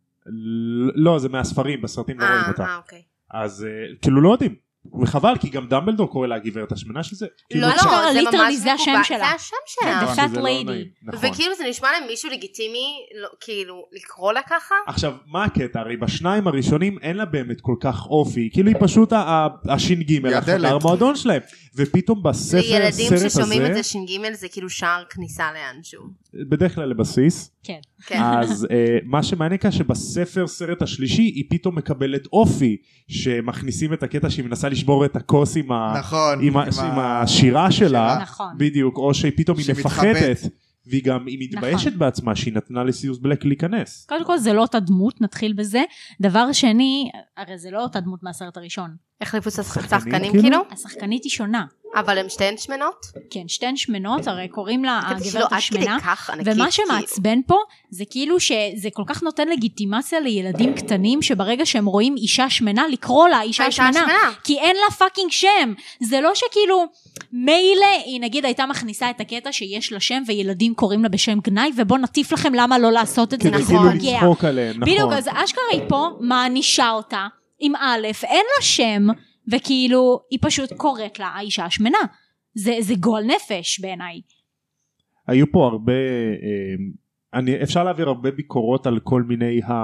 לא, זה מהספרים, בסרטים לא רואים אה, אותה. אה, אוקיי. אז אה, כאילו לא יודעים. וחבל, כי גם דמבלדור קורא לה הגברת השמנה שזה... כאילו, לא, מה שקרה, לא, זה ליטרלי, ממש זה השם מקובל. שלה. זה השם כן, שלה. The הבנתי, Fat זה לא Lady. נעים, נכון. וכאילו זה נשמע למישהו לגיטימי, לא- כאילו, לקרוא לה ככה? עכשיו, מה הקטע? הרי בשניים הראשונים אין לה באמת כל כך אופי, כאילו היא פשוט ה- ה- הש"ג, היא החדר הדלת. המועדון שלהם, ופתאום בספר, לילדים הסרט ששומעים את הזה, זה ש"ג זה כאילו שער כניסה לאנשהו. בדרך כלל לבסיס, כן. כן. אז אה, מה שמעניין כאן שבספר סרט השלישי היא פתאום מקבלת אופי, שמכניסים את הקטע שהיא מנסה לשבור את הכוס עם, ה... נכון. עם, ה... עם השירה שלה, נכון. בדיוק, או שפתאום היא שהיא מפחדת, מתחבאת. והיא גם היא מתביישת נכון. בעצמה שהיא נתנה לסיוס בלק להיכנס. קודם כל זה לא אותה דמות, נתחיל בזה. דבר שני, הרי זה לא אותה דמות מהסרט הראשון. החליפו את שחקנים, השחקנים כאילו? כאילו? השחקנית היא שונה. אבל הן שתיהן שמנות? כן, שתיהן שמנות, הרי קוראים לה חשבתי שלא הגברת עד השמנה. כדי כך ענקית. ומה כאילו. שמעצבן פה זה כאילו שזה כל כך נותן לגיטימציה לילדים קטנים שברגע שהם רואים אישה שמנה לקרוא לה אישה האישה שמנה, השמנה. כי אין לה פאקינג שם. זה לא שכאילו מילא היא נגיד הייתה מכניסה את הקטע שיש לה שם וילדים קוראים לה בשם גנאי ובוא נטיף לכם למה לא לעשות את זה כדי כי זה כאילו פוגע. לצחוק עליהם, נכון. בדיוק, אז אשכרה היא פה מענישה אותה עם א', אין לה שם וכאילו היא פשוט קוראת לה האישה השמנה. זה, זה גועל נפש בעיניי. היו פה הרבה, אה, אני, אפשר להעביר הרבה ביקורות על כל מיני ה...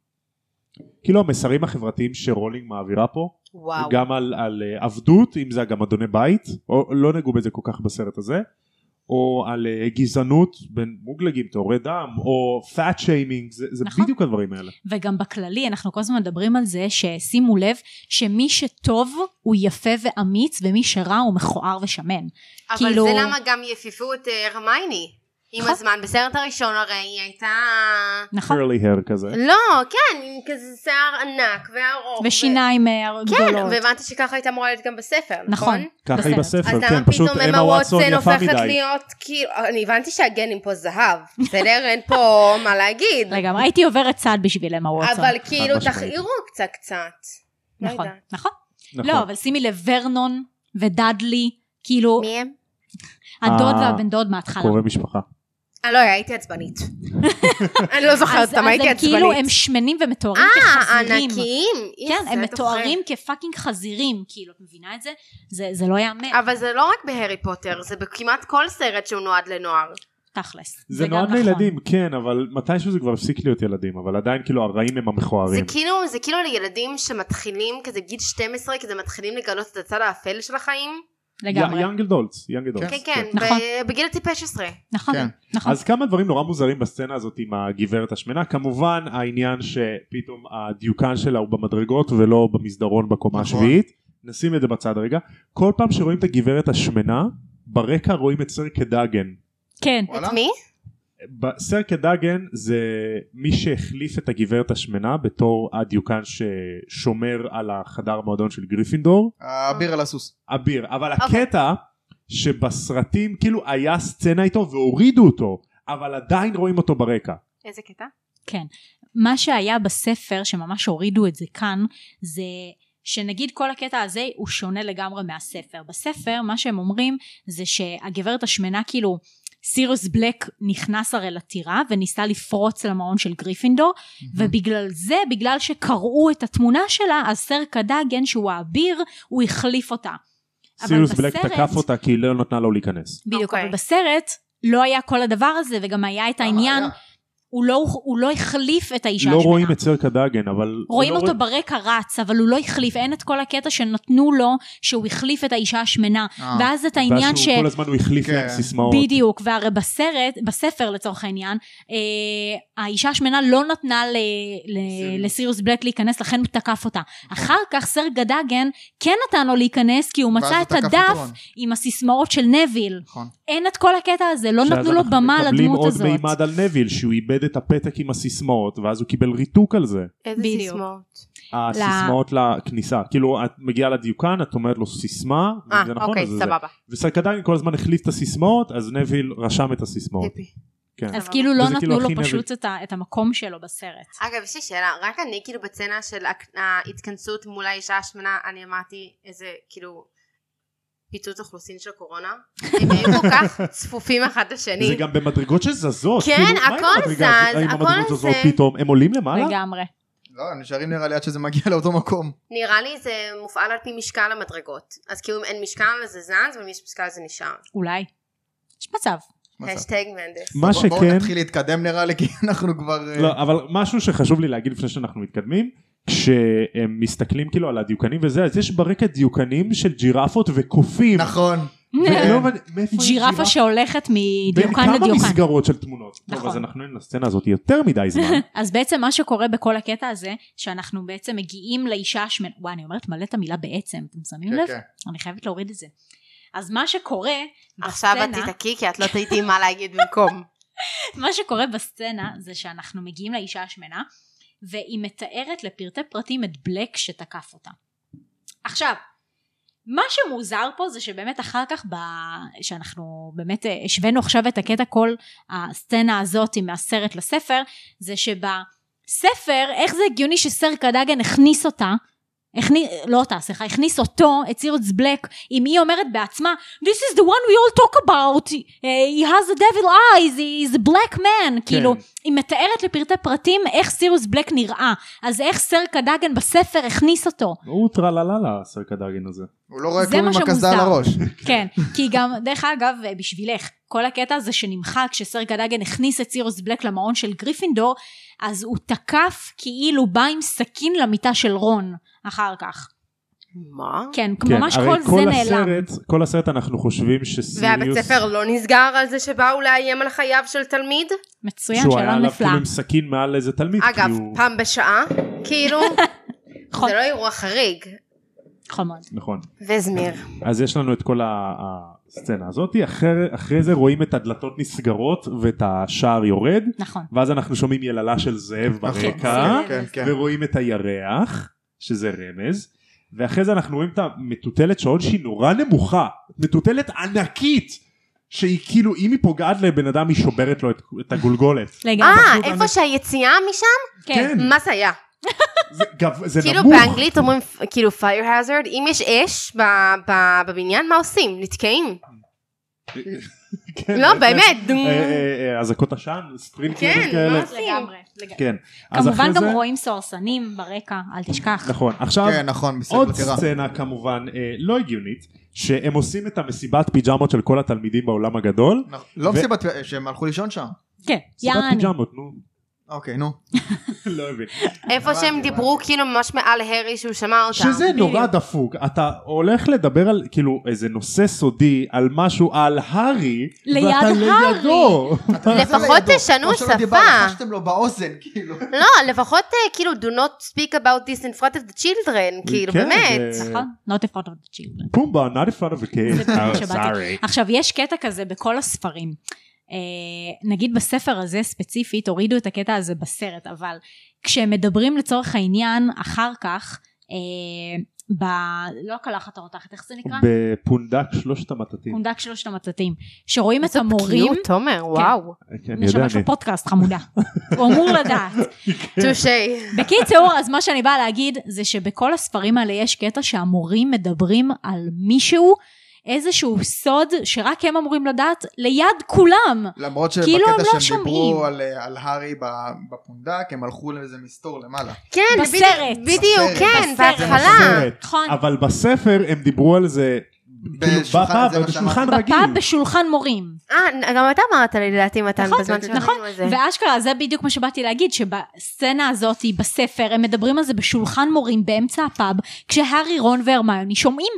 כאילו המסרים החברתיים שרולינג מעבירה פה, וואו. גם על, על אה, עבדות, אם זה גם אדוני בית, או לא נגעו בזה כל כך בסרט הזה, או על אה, גזענות בין מוגלגים, תאורי דם, או פאט שיימינג, זה, זה נכון. בדיוק הדברים האלה. וגם בכללי אנחנו כל הזמן מדברים על זה ששימו לב שמי שטוב הוא יפה ואמיץ ומי שרע הוא מכוער ושמן. אבל כאילו- זה למה גם יפיפו את אה, הרמייני. עם נכון. הזמן, בסרט הראשון הרי היא הייתה... נכון? curly hair כזה. לא, כן, עם כזה שיער ענק וארוך. ושיניים אה, כן, גדולות. והבנתי שככה הייתה אמורה להיות גם בספר, נכון. נכון? ככה היא בסרט. בספר, אז כן, למה פשוט פתאום אמה אמה וואטסון ווטסון יפה הופכת מדי. להיות כאילו, אני הבנתי שהגנים פה זהב, בסדר? אין פה מה להגיד. רגע, הייתי עוברת צעד בשביל אמה ווטסון. אבל כאילו משמעית. תחעירו קצת קצת. לא נכון, יודעת. נכון. נכון. לא, אבל שימי לב ורנון ודאדלי, כאילו, מי הם? הדוד והבן דוד מההתחלה. קורא משפחה. אה, לא, הייתי עצבנית. אני לא זוכרת אותם, הייתי עצבנית. אז הם כאילו, הם שמנים ומתוארים כחזירים. אה, ענקיים. כן, הם מתוארים כפאקינג חזירים, כאילו, את מבינה את זה? זה לא יאמן. אבל זה לא רק בהרי פוטר, זה בכמעט כל סרט שהוא נועד לנוער. תכלס. זה נועד לילדים, כן, אבל מתישהו זה כבר הפסיק להיות ילדים, אבל עדיין כאילו הרעים הם המכוערים. זה כאילו לילדים שמתחילים כזה בגיל שתים עשרה, כזה מתחילים לגלות את הצד האפל של החיים. לגמרי. יאנג אדולטס, יאנג אדולטס. כן, כן, בגיל טיפש עשרה. נכון, נכון. אז כמה דברים נורא מוזרים בסצנה הזאת עם הגברת השמנה, כמובן העניין שפתאום הדיוקן שלה הוא במדרגות ולא במסדרון בקומה השביעית, נשים את זה בצד רגע, כל פעם שרואים את הגברת השמנה, ברקע רואים את סר קדאגן. כן. את מי? סר קדאגן זה מי שהחליף את הגברת השמנה בתור הדיוקן ששומר על החדר מועדון של גריפינדור. האביר על הסוס. אביר, אבל הקטע שבסרטים כאילו היה סצנה איתו והורידו אותו, אבל עדיין רואים אותו ברקע. איזה קטע? כן. מה שהיה בספר שממש הורידו את זה כאן, זה שנגיד כל הקטע הזה הוא שונה לגמרי מהספר. בספר מה שהם אומרים זה שהגברת השמנה כאילו סיריוס בלק נכנס הרי לטירה וניסה לפרוץ למעון של גריפינדור, mm-hmm. ובגלל זה, בגלל שקראו את התמונה שלה, אז סר קדאגן שהוא האביר, הוא החליף אותה. סיריוס בלק תקף אותה כי היא לא נתנה לו להיכנס. בדיוק, okay. אבל בסרט לא היה כל הדבר הזה, וגם היה את העניין, הוא לא, הוא לא החליף את האישה לא השמנה. רואים את סר קדאגן, אבל... רואים אותו רואה... ברקע רץ, אבל הוא לא החליף, אין את כל הקטע שנתנו לו שהוא החליף את האישה השמנה, אה. ואז את העניין ש... ואז כל הזמן הוא החליף כן. להם סיסמאות. בדיוק, והרי בסרט, בספר לצורך העניין, אה, האישה השמנה לא נתנה ל... ל... לסיריוס בלק להיכנס, לכן הוא תקף אותה. אחר כך סר קדאגן כן נתן לו להיכנס, כי הוא מצא את הדף עם הסיסמאות של נביל. נכון. אין את כל הקטע הזה, לא נתנו לו במה לדמות הזאת. עוד מימד על נביל, שהוא איבד את הפתק עם הסיסמאות, ואז הוא קיבל ריתוק על זה. איזה סיסמאות? הסיסמאות לכניסה. כאילו, את מגיעה לדיוקן, את אומרת לו סיסמה, וזה נכון, אוקיי, סבבה. וסר קדאגן כל הזמן החליף את הסיסמאות, אז נביל רשם את הסיסמאות. אז כאילו לא נתנו לו פשוט את המקום שלו בסרט. אגב, יש לי שאלה, רק אני כאילו בצנה של ההתכנסות מול האישה השמנה, אני אמרתי איזה, כאילו... פיצוץ אוכלוסין של קורונה, הם היו כל כך צפופים אחד לשני. זה גם במדרגות שזזות. כן, הכל זז, הכל זז. פתאום, הם עולים למעלה? לגמרי. לא, נשארים נראה לי עד שזה מגיע לאותו מקום. נראה לי זה מופעל על פי משקל המדרגות. אז כאילו אם אין משקל זה זז, ואם יש משקל זה נשאר. אולי. יש מצב. השטג מנדס. מה שכן... בואו נתחיל להתקדם נראה לי, כי אנחנו כבר... לא, אבל משהו שחשוב לי להגיד לפני שאנחנו מתקדמים, כשהם מסתכלים כאילו על הדיוקנים וזה, אז יש ברקע דיוקנים של ג'ירפות וקופים. נכון. ג'ירפה שהולכת מדיוקן לדיוקן. בין כמה מסגרות של תמונות. טוב, אז אנחנו נראה לסצנה הזאת יותר מדי זמן. אז בעצם מה שקורה בכל הקטע הזה, שאנחנו בעצם מגיעים לאישה השמנה, וואי, אני אומרת מלא את המילה בעצם, אתם שמים לב? אני חייבת להוריד את זה. אז מה שקורה בסצנה... עכשיו את תתקי, כי את לא תהיתי מה להגיד במקום. מה שקורה בסצנה זה שאנחנו מגיעים לאישה השמנה, והיא מתארת לפרטי פרטים את בלק שתקף אותה. עכשיו, מה שמוזר פה זה שבאמת אחר כך, ב... שאנחנו באמת השווינו עכשיו את הקטע כל הסצנה הזאת מהסרט לספר, זה שבספר, איך זה הגיוני שסר קדאגן הכניס אותה, הכניס, לא אותה, סליחה, הכניס אותו, את סיריוס בלק, אם היא אומרת בעצמה, this is the one we all talk about, he has a devil eyes, he is a black man, כן. כאילו, היא מתארת לפרטי פרטים איך סיריוס בלק נראה, אז איך סר קדאגן בספר הכניס אותו. הוא טרללה, סר קדאגן הזה. הוא לא רואה כלום עם הקסדה על הראש. כן, כי גם, דרך אגב, בשבילך, כל הקטע הזה שנמחק, כשסר קדאגן הכניס את סיריוס בלק למעון של גריפינדור, אז הוא תקף כאילו בא עם סכין למיטה של רון אחר כך. מה? כן, ממש כל זה נעלם. כל הסרט אנחנו חושבים שסיריוס... והבית ספר לא נסגר על זה שבאו לאיים על חייו של תלמיד? מצוין, שלא נפלא. שהוא היה עליו כאילו עם סכין מעל איזה תלמיד. אגב, פעם בשעה, כאילו, זה לא אירוע חריג. חמוד. נכון. וזמיר. אז יש לנו את כל הסצנה הזאת, אחרי זה רואים את הדלתות נסגרות ואת השער יורד, נכון. ואז אנחנו שומעים יללה של זאב ברקע, ורואים את הירח, שזה רמז, ואחרי זה אנחנו רואים את המטוטלת שעוד שהיא נורא נמוכה, מטוטלת ענקית, שהיא כאילו, אם היא פוגעת לבן אדם, היא שוברת לו את הגולגולת. אה, איפה שהיציאה משם? כן. מה זה היה? זה כאילו נמוך. באנגלית אומרים כאילו fire hazard, אם יש אש בבניין, מה עושים? נתקעים? כן, לא, באמת. אזעקות עשן, ספרינקלרים כן, כאלה. מה עושים? לגמרי, לגמרי. כן. אז כמובן אחרי גם זה- רואים סורסנים ברקע, אל תשכח. נכון. עכשיו, כן, נכון, בסרט עוד לטירה. סצנה כמובן אה, לא הגיונית, שהם עושים את המסיבת פיג'מות של כל התלמידים בעולם הגדול. לא ו- מסיבת, שהם הלכו לישון שם. כן, מסיבת יעני. פיג'מות, נו. אוקיי, נו. לא הבין. איפה שהם דיברו כאילו ממש מעל הרי שהוא שמע אותם. שזה נורא דפוק, אתה הולך לדבר על כאילו איזה נושא סודי, על משהו על הארי, ליד ואתה הארי. לידו. לפחות תשנו שפה. חשתם לו באוזן, כאילו. לא, לפחות אה, כאילו do not speak about this in front of the children, כאילו כן, באמת. זה- נכון? not in front of the children. פומבה, not in front of a kid. זה בדיוק Oh, שבאתי. sorry. עכשיו, יש קטע כזה בכל הספרים. אה, נגיד בספר הזה ספציפית, הורידו את הקטע הזה בסרט, אבל כשהם מדברים לצורך העניין, אחר כך, אה, ב... לא הקלחת הרותחת, איך זה נקרא? בפונדק שלושת המטתים. פונדק שלושת המטתים. שרואים את איזה המורים, בקיאות, תומר, וואו. כן, אני יש יודע, ממש אני- בפודקאסט חמודה. הוא אמור לדעת. טושי. בקיצור, אז מה שאני באה להגיד, זה שבכל הספרים האלה יש קטע שהמורים מדברים על מישהו, איזשהו סוד שרק הם אמורים לדעת ליד כולם. למרות כאילו הם שבקטע לא שהם דיברו שומעים. על, על הארי ב- בפונדק, הם הלכו לאיזה מסתור למעלה. כן, בסרט. בדיוק, בדיוק, בסרט. כן, בסרט. בהתחלה. בסרט. נכון. אבל בספר הם דיברו על זה כאילו בשולחן, בפאב, זה מה בשולחן שאמרתי. רגיל. בפאב בשולחן מורים. אה, גם אתה אמרת לי לדעתי מתן נכון, בזמן כן, נכון. שראינו את זה. ואשכרה, זה בדיוק מה שבאתי להגיד, שבסצנה הזאת, בספר, הם מדברים על זה בשולחן מורים באמצע הפאב, כשהארי, רון והרמיוני שומעים.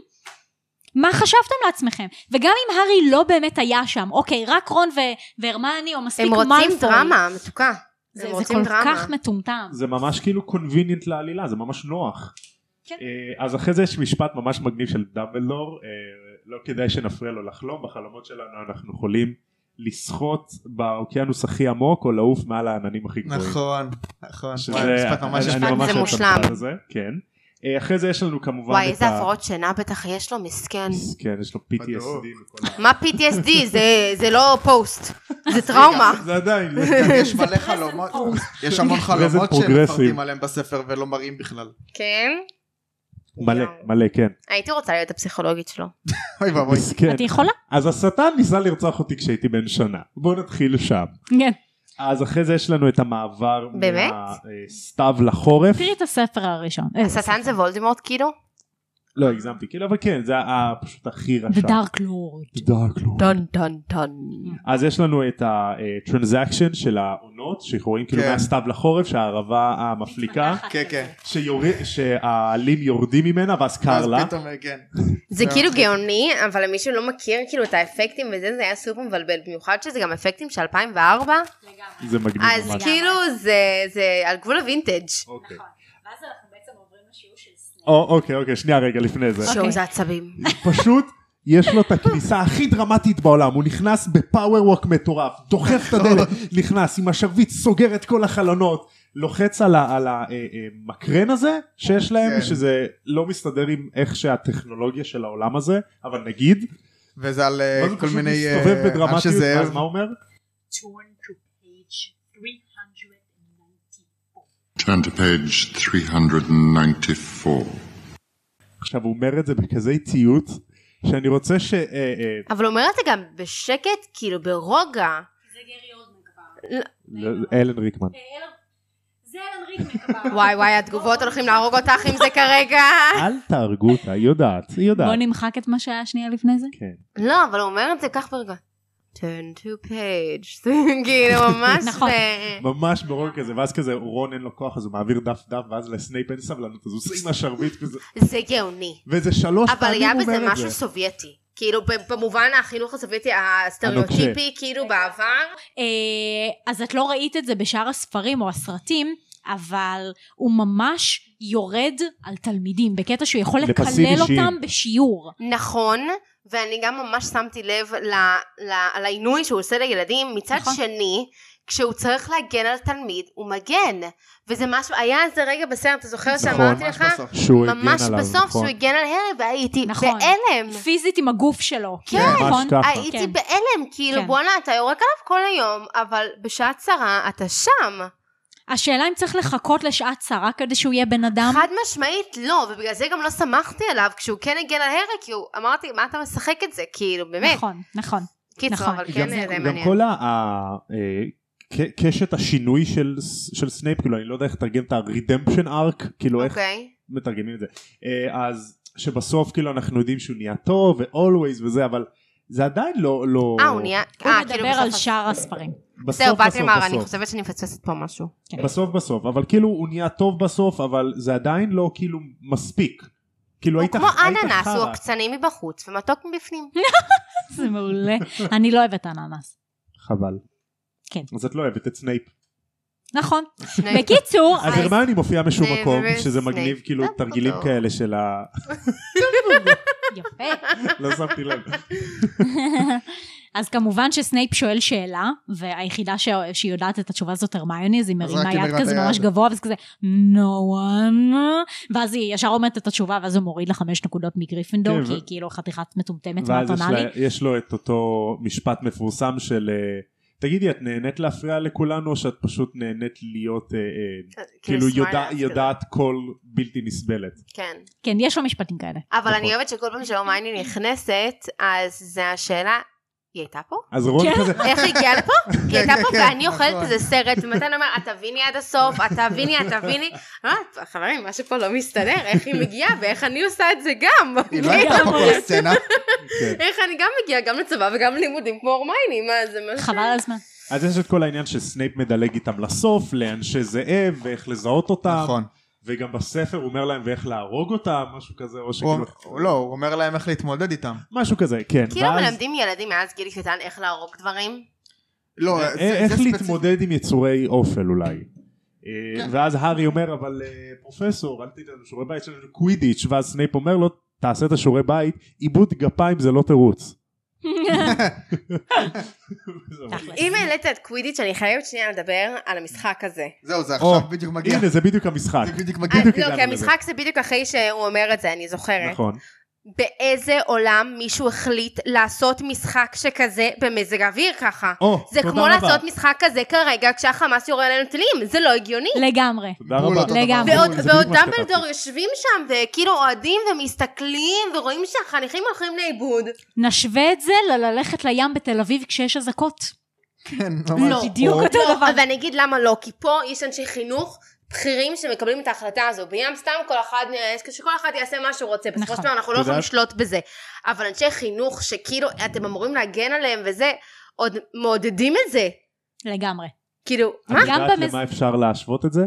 מה חשבתם לעצמכם? וגם אם הארי לא באמת היה שם, אוקיי, רק רון ו- והרמיוני, או מספיק הם מאלפוי. רוצים דרמה, מתוקה. זה, הם זה רוצים כל דרמה. כך מטומטם. זה ממש כאילו קונביניאנט לעלילה, זה ממש נוח. כן. אה, אז אחרי זה יש משפט ממש מגניב של דמבלדור, אה, לא כדאי שנפריע לו לחלום, בחלומות שלנו אנחנו יכולים לשחות באוקיינוס הכי עמוק או לעוף מעל העננים הכי גבוהים. נכון, נכון. שזה- וואי, משפט ממש אני- יפה. אני ממש זה אוהב את מושלם. המשפט הזה, כן. אה, אחרי זה יש לנו כמובן וואי, את איזה ה... הפרעות שינה בטח יש לו, מסכן. כן, יש לו פי טי אס די. וכל ה- מה פי טי אס די? זה- זה לא פוסט, זה טראומה. זה עדיין. גם יש מלא חלומות, יש המון חלומות שהם פרוגרסיב. מפרטים עליהם בספר ולא מראים בכלל. כן? מלא, יואו. מלא, כן. הייתי רוצה להיות הפסיכולוגית שלו. אוי ואבוי. מסכן. את יכולה? אז השטן ניסה לרצוח אותי כשהייתי בן שנה. בואו נתחיל שם. כן. אז אחרי זה יש לנו את המעבר באמת? מהסתיו לחורף. תראי את הספר הראשון. אה, השטן זה וולדמורט כאילו? לא הגזמתי, כאילו, אבל כן, זה היה פשוט הכי רשע. The Dark Lord. Dark Lord. טון טון טון. אז יש לנו את הטרנזקשן של העונות, שרואים כאילו כן. מהסתיו לחורף, שהערבה המפליקה, כן, כן. שיורד- שהעלים יורדים ממנה ואז קר אז לה. פתאום, כן. זה זה כאילו מצחיק. גאוני, אבל למי שלא מכיר כאילו את האפקטים וזה, זה היה סופר מבלבל, במיוחד שזה גם אפקטים של אלפיים וארבע, זה מגניב אז ממש. כאילו זה- זה על גבול הווינטג'. אוקיי. ואז אנחנו בעצם עוברים לשיעור של סנייפ. או, אוקיי, אוקיי, שנייה רגע לפני זה. שואו זה עצבים. פשוט יש לו את הכניסה הכי דרמטית בעולם, הוא נכנס בפאוור ווק מטורף, דוחף את הדלת, נכנס עם השרביט, סוגר את כל החלונות, לוחץ על המקרן הזה שיש להם, כן. שזה לא מסתדר עם איך שהטכנולוגיה של העולם הזה, אבל נגיד, וזה על אה, מה זה כל פשוט מיני... אה, מסתובב בדרמטיות, אנשי זאב. אז מה הוא אומר? Turn to page three ninety-four. Turn to page three ninety-four. עכשיו הוא אומר את זה בכזה איטיות, שאני רוצה ש... אה, אה, אבל הוא אומר את זה גם בשקט, כאילו ברוגע. זה גרי אולדמן כבר. אלן ריקמן. זה אלן ריקמן כבר. וואי וואי, התגובות הולכים להרוג אותך עם זה כרגע. אל תהרגו אותה, היא יודעת, היא יודעת. בוא נמחק את מה שהיה שנייה לפני זה. כן. לא, אבל הוא אומר את זה כך ברגע. turn to page. כאילו ממש נכון. ב- ממש ברור כזה, ואז כזה רון אין לו כוח אז הוא מעביר דף דף, ואז לסנייפ אין סבלנות, אז הוא עושה עם השרביט כזה, זה גאוני. וזה שלוש אבל פעמים היה הוא בזה אומר את משהו זה. סובייטי. כאילו במובן החינוך הסובייטי הסטריאוטיפי, כאילו בעבר. אה, אז את לא ראית את זה בשאר הספרים או הסרטים, אבל הוא ממש יורד על תלמידים, בקטע שהוא יכול לפסים לקלל אישיים. אותם בשיעור. נכון, ואני גם ממש שמתי לב ל- ל- על העינוי שהוא עושה לילדים. מצד נכון. שני, כשהוא צריך להגן על תלמיד, הוא מגן. וזה משהו, היה איזה רגע בסרט, אתה זוכר נכון. שאמרתי ממש לך? בסוף. שהוא הגן ממש עליו, בסוף נכון. שהוא הגן על הרי, והייתי נכון. בהלם. פיזית עם הגוף שלו. כן. נכון? ממש ככה. הייתי כן. בהלם, כאילו כן. בואנה, אתה יורק עליו כל היום, אבל בשעה צרה אתה שם. השאלה אם צריך לחכות לשעת צרה כדי שהוא יהיה בן אדם. חד משמעית לא, ובגלל זה גם לא שמחתי עליו כשהוא כן הגן על הרי, כי הוא אמרתי, מה אתה משחק את זה? כאילו, באמת. נכון, נכון. קיצור, נכון. אבל גם- כן, זה גם מעניין. כל ה... ה- אה, ק- קשת השינוי של של סנייפ, כאילו אני לא יודע איך לתרגם את ה-redemption arc, כאילו איך אוקיי. מתרגמים את זה. אה, אז שבסוף כאילו אנחנו יודעים שהוא נהיה טוב ו-always וזה, אבל זה עדיין לא... לא... אה, הוא נהיה... הוא אה, מדבר כאילו על בסוף- שאר הספרים. בסוף, זהו, באתי בסוף, לומר, אני בסוף. חושבת שאני מפספסת פה משהו. בסוף בסוף, אבל כאילו הוא נהיה טוב בסוף, אבל זה עדיין לא כאילו מספיק. כאילו הוא היית כמו היית אננס, הוא חרא. עוקצני מבחוץ ומתוק מבפנים. זה מעולה. אני לא אוהבת אננס. חבל. כן. אז את לא אוהבת את סנייפ. נכון. שני- בקיצור, אז הרמיוני מופיע משום סנייפ מקום, וסנייפ. שזה מגניב כאילו טוב, תרגילים טוב. כאלה של ה... יפה. לא שמתי לב. אז כמובן שסנייפ שואל שאלה, והיחידה ש... שהיא יודעת את התשובה הזאת הרמיוני, אז היא אז מרימה רק היא יד מרימה את כזה היד. ממש גבוה, וזה כזה, no one, ואז היא ישר אומרת את התשובה, ואז הוא מוריד לה חמש נקודות מגריפינדור, כן, כי ו- היא כאילו חתיכת מטומטמת ואז יש מהטונאלי. לה- יש לו את אותו משפט מפורסם של אה, תגידי את נהנית להפריע לכולנו או שאת פשוט נהנית להיות אה, אה, כאילו smart יודע- ass יודעת קול בלתי נסבלת. כזה. כן. כן, יש לו משפטים כאלה. אבל נכון. אני אוהבת שכל פעם שהרמייני נכנסת, אז זה השאלה, היא הייתה פה? אז רון כן. כזה איך היא הגיעה לפה? היא הייתה פה כן, ואני אוכלת נכון. איזה סרט, ומתן אומר, את תביני עד הסוף, את תביני, את תביני. אה, חברים, משהו פה לא מסתדר, איך היא מגיעה ואיך אני עושה את זה גם. היא לא הייתה פה כל הסצנה. כן. איך אני גם מגיעה גם לצבא וגם לימודים כמו הרמייני, מה זה מה חבל על הזמן. אז יש את כל העניין שסנייפ מדלג איתם לסוף לאנשי זאב ואיך לזהות אותם נכון. וגם בספר הוא אומר להם ואיך להרוג אותם משהו כזה או הוא- שכאילו הוא- לא, הוא אומר להם איך להתמודד איתם. משהו כזה כן כאילו ואז- מלמדים ילדים מאז גיל קטן איך להרוג דברים. לא, אה, זה- איך זה ספציפי. להתמודד עם יצורי אופל אולי. אה, כן. ואז הארי אומר אבל אה, פרופסור אל תיתן לנו שיעורי בית, יש לנו קווידיץ', ואז סנייפ אומר לו תעשה את השיעורי בית, עיבוד גפיים זה לא תירוץ. תכלס. אם העלית את קווידיץ' אני חייבת שנייה לדבר על המשחק הזה. זהו, זה או, עכשיו בדיוק מגיע. הנה זה בדיוק המשחק. זה בדיוק מגיע. בדיוק לא, הגענו כי לזה. המשחק זה בדיוק אחרי שהוא אומר את זה, אני זוכרת. נכון. באיזה עולם מישהו החליט לעשות משחק שכזה במזג האוויר ככה? או, זה תודה כמו רבה. לעשות משחק כזה כרגע כשהחמאס יורה עלינו טילים, זה לא הגיוני. לגמרי. תודה בול רבה. אותו דבר. לגמרי. ועוד, זה בדיוק ועוד מה שכתבתי. דמבלדור יושבים שם וכאילו אוהדים ומסתכלים ורואים שהחניכים הולכים לאיבוד. נשווה את זה לללכת לים בתל אביב כשיש אזעקות. כן, ממש. לא. בדיוק או- אותו לא, דבר. אבל אני אגיד למה לא, כי פה יש אנשי חינוך בכירים שמקבלים את ההחלטה הזו, בים סתם כל אחד, שכל אחד יעשה מה שהוא רוצה, בסופו נכון. של דבר אנחנו לא אתה יכולים יודעת? לשלוט בזה, אבל אנשי חינוך שכאילו אתם אמורים להגן עליהם וזה, עוד מעודדים את זה, לגמרי. כאילו, את מה? גם יודעת במז- למה אפשר להשוות את זה?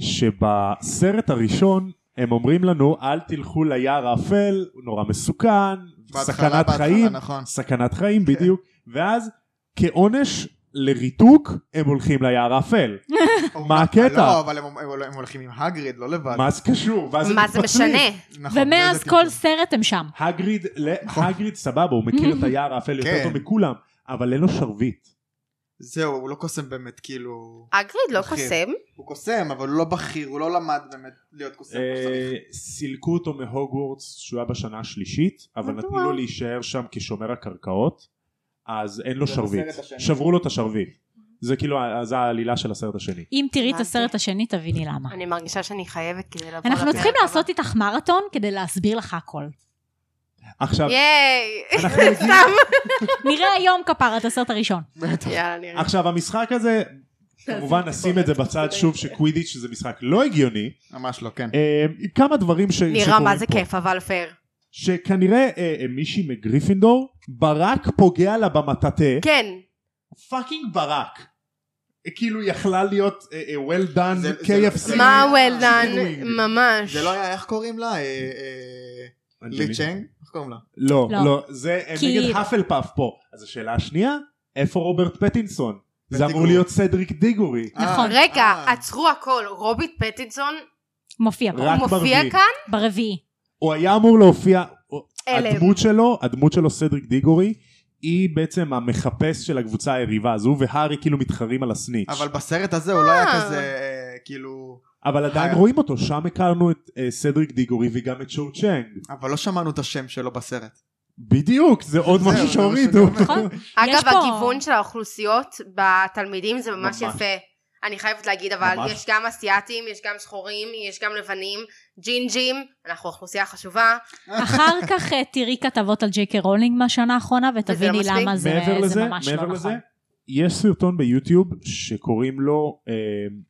שבסרט הראשון הם אומרים לנו אל תלכו ליער האפל, הוא נורא מסוכן, בהתחלה, סכנת בהתחלה, חיים, נכון. סכנת חיים בדיוק, ואז כעונש לריתוק הם הולכים ליער האפל. מה הקטע? לא, אבל הם- הם הם הולכים עם הגריד, לא לבד. מה זה קשור? ואז הם מה זה מתפצלים. משנה? נכון, ומאז באיזה כל טיפול. סרט הם שם. הגריד, ל- הגריד סבבה, הוא מכיר את היער האפל יותר כן. טוב מכולם, אבל אין לו שרביט. זהו, הוא לא קוסם באמת, כאילו... אגריד לא בכיר. קוסם, הוא קוסם, אבל הוא לא בכיר, הוא לא למד באמת להיות קוסם כמו שצריך. אה, סילקו אותו מהוגוורטס שהוא היה בשנה השלישית, אבל מדוע? נתנו לו להישאר שם כשומר הקרקעות, אז אין לו זה שרביט. בסרט השני. שברו לו את השרביט. זה כאילו, זה העלילה של הסרט השני. אם תראי את הבנתי. הסרט השני, תביני למה. אני מרגישה שאני חייבת כדי לבוא אנחנו לפרק צריכים הבא. לעשות איתך מרתון כדי להסביר לך הכל. עכשיו, ייי, אנחנו מגיעים- סתם. נראה היום כפרה את הסרט הראשון. בטח. יאללה, נראה. עכשיו המשחק הזה, כמובן נשים את זה בצד שוב שקווידיץ' שזה משחק לא הגיוני, ממש לא, כן. אה, כמה דברים ש- נראה שקורים מה זה פה. כיף, אבל פייר. שכנראה אה, אה, מישהי מגריפינדור, ברק פוגע לה במטאטה, כן. פאקינג ברק. אה, כאילו יכלה להיות אה, אה, well done זה- זה- קיי אף זה סי. לא מה היה- well done, שינוי. ממש. זה לא היה, איך קוראים לה? אה, אה, לי צ'נג? איך קוראים לה? לא, לא. לא, זה אה, כי- נגד האפלפאף פה. אז השאלה השנייה, איפה רוברט פטינסון? זה אמור פטיגורי. להיות סדריק דיגורי. נכון. אה, רגע, אה. עצרו הכל, רוביט פטינסון מופיע פה. רק הוא מופיע ברביעי. כאן? ברביעי. הוא היה אמור להופיע, אלם. הדמות שלו, הדמות שלו סדריק דיגורי, היא בעצם המחפש של הקבוצה היריבה, אז הוא והארי כאילו מתחרים על הסניץ'. אבל בסרט הזה הוא לא היה אה. כזה, אה, כאילו... אבל עדיין היה. רואים אותו, שם הכרנו את אה, סדריק דיגורי וגם את שואו צ'אנג. אבל לא שמענו את השם שלו בסרט. בדיוק, זה עוד זהו, משהו זה שהורידו. מה שאני אומר. נכון? אגב, יש פה- הגיוון של האוכלוסיות בתלמידים זה ממש ממש. יפה. אני חייבת להגיד, אבל ממש. יש גם אסיאטים, יש גם שחורים, יש גם לבנים, ג'ינג'ים, אנחנו אוכלוסייה חשובה. אחר כך תראי כתבות על ג'יי קיי רולינג מהשנה האחרונה, ותביני למה זה ממש לא נכון. יש סרטון ביוטיוב שקוראים לו אה,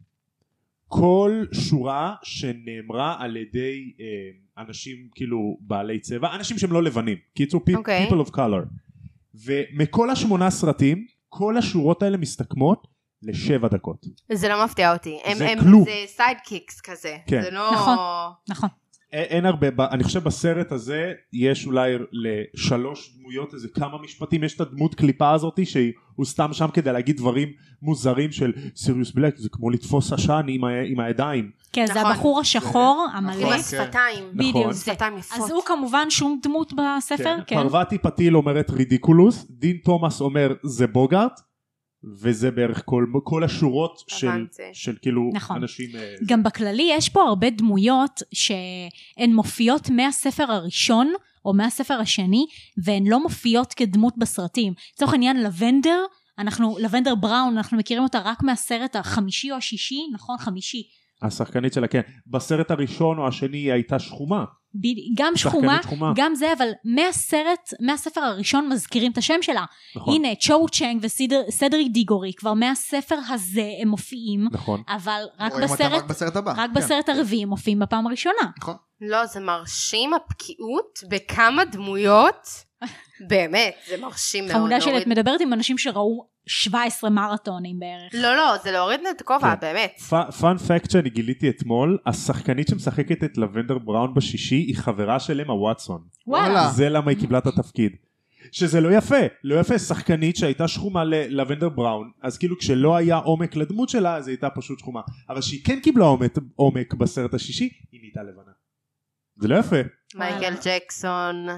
כל שורה שנאמרה על ידי אה, אנשים כאילו בעלי צבע, אנשים שהם לא לבנים, קיצור okay. people of color, ומכל השמונה סרטים כל השורות האלה מסתכמות לשבע דקות. זה לא מפתיע אותי, הם, זה הם, כלום. זה סייד קיקס כזה, כן. זה לא... נכון, נכון. אין הרבה, אני חושב בסרט הזה יש אולי לשלוש דמויות איזה כמה משפטים, יש את הדמות קליפה הזאת שהוא סתם שם כדי להגיד דברים מוזרים של סיריוס בלק, זה כמו לתפוס עשן עם, ה, עם הידיים. כן, נכון. זה הבחור השחור, המלא. עם השפתיים. בדיוק, שפתיים יפות. אז הוא כמובן שום דמות בספר, כן. כן. פרווטי פתיל אומרת רידיקולוס, דין תומאס אומר זה בוגארט, וזה בערך כל, כל השורות של, של כאילו נכון. אנשים... גם בכללי יש פה הרבה דמויות שהן מופיעות מהספר הראשון או מהספר השני, והן לא מופיעות כדמות בסרטים. לצורך העניין לבנדר, אנחנו, לבנדר בראון, אנחנו מכירים אותה רק מהסרט החמישי או השישי, נכון? חמישי. השחקנית שלה, כן. בסרט הראשון או השני היא הייתה שחומה. גם שחומה, שחומה, גם זה, אבל מהסרט, מהספר הראשון מזכירים את השם שלה. נכון. הנה, צ'ו צ'נג וסדריק דיגורי, כבר מהספר הזה הם מופיעים, נכון. אבל רק בסרט, רק בסרט הבא. רק כן. בסרט הרביעי הם מופיעים בפעם הראשונה. נכון. לא, זה מרשים הפקיעות בכמה דמויות, באמת, זה מרשים מאוד. חמודה שלי, את מדברת עם אנשים שראו שבע עשרה מרתונים בערך. לא, לא, זה להוריד את הכובע, באמת. פאנ פקט שאני גיליתי אתמול, השחקנית שמשחקת את לבנדר בראון בשישי, היא חברה של אמה וואטסון. וואלה. זה למה היא קיבלה את התפקיד. שזה לא יפה, לא יפה, שחקנית שהייתה שחומה ללבנדר בראון, אז כאילו כשלא היה עומק לדמות שלה, אז היא הייתה פשוט שחומה. אבל שהיא כן קיבלה עומק בסרט השישי, היא נהייתה לבנה. זה לא יפה. מייקל ג'קסון.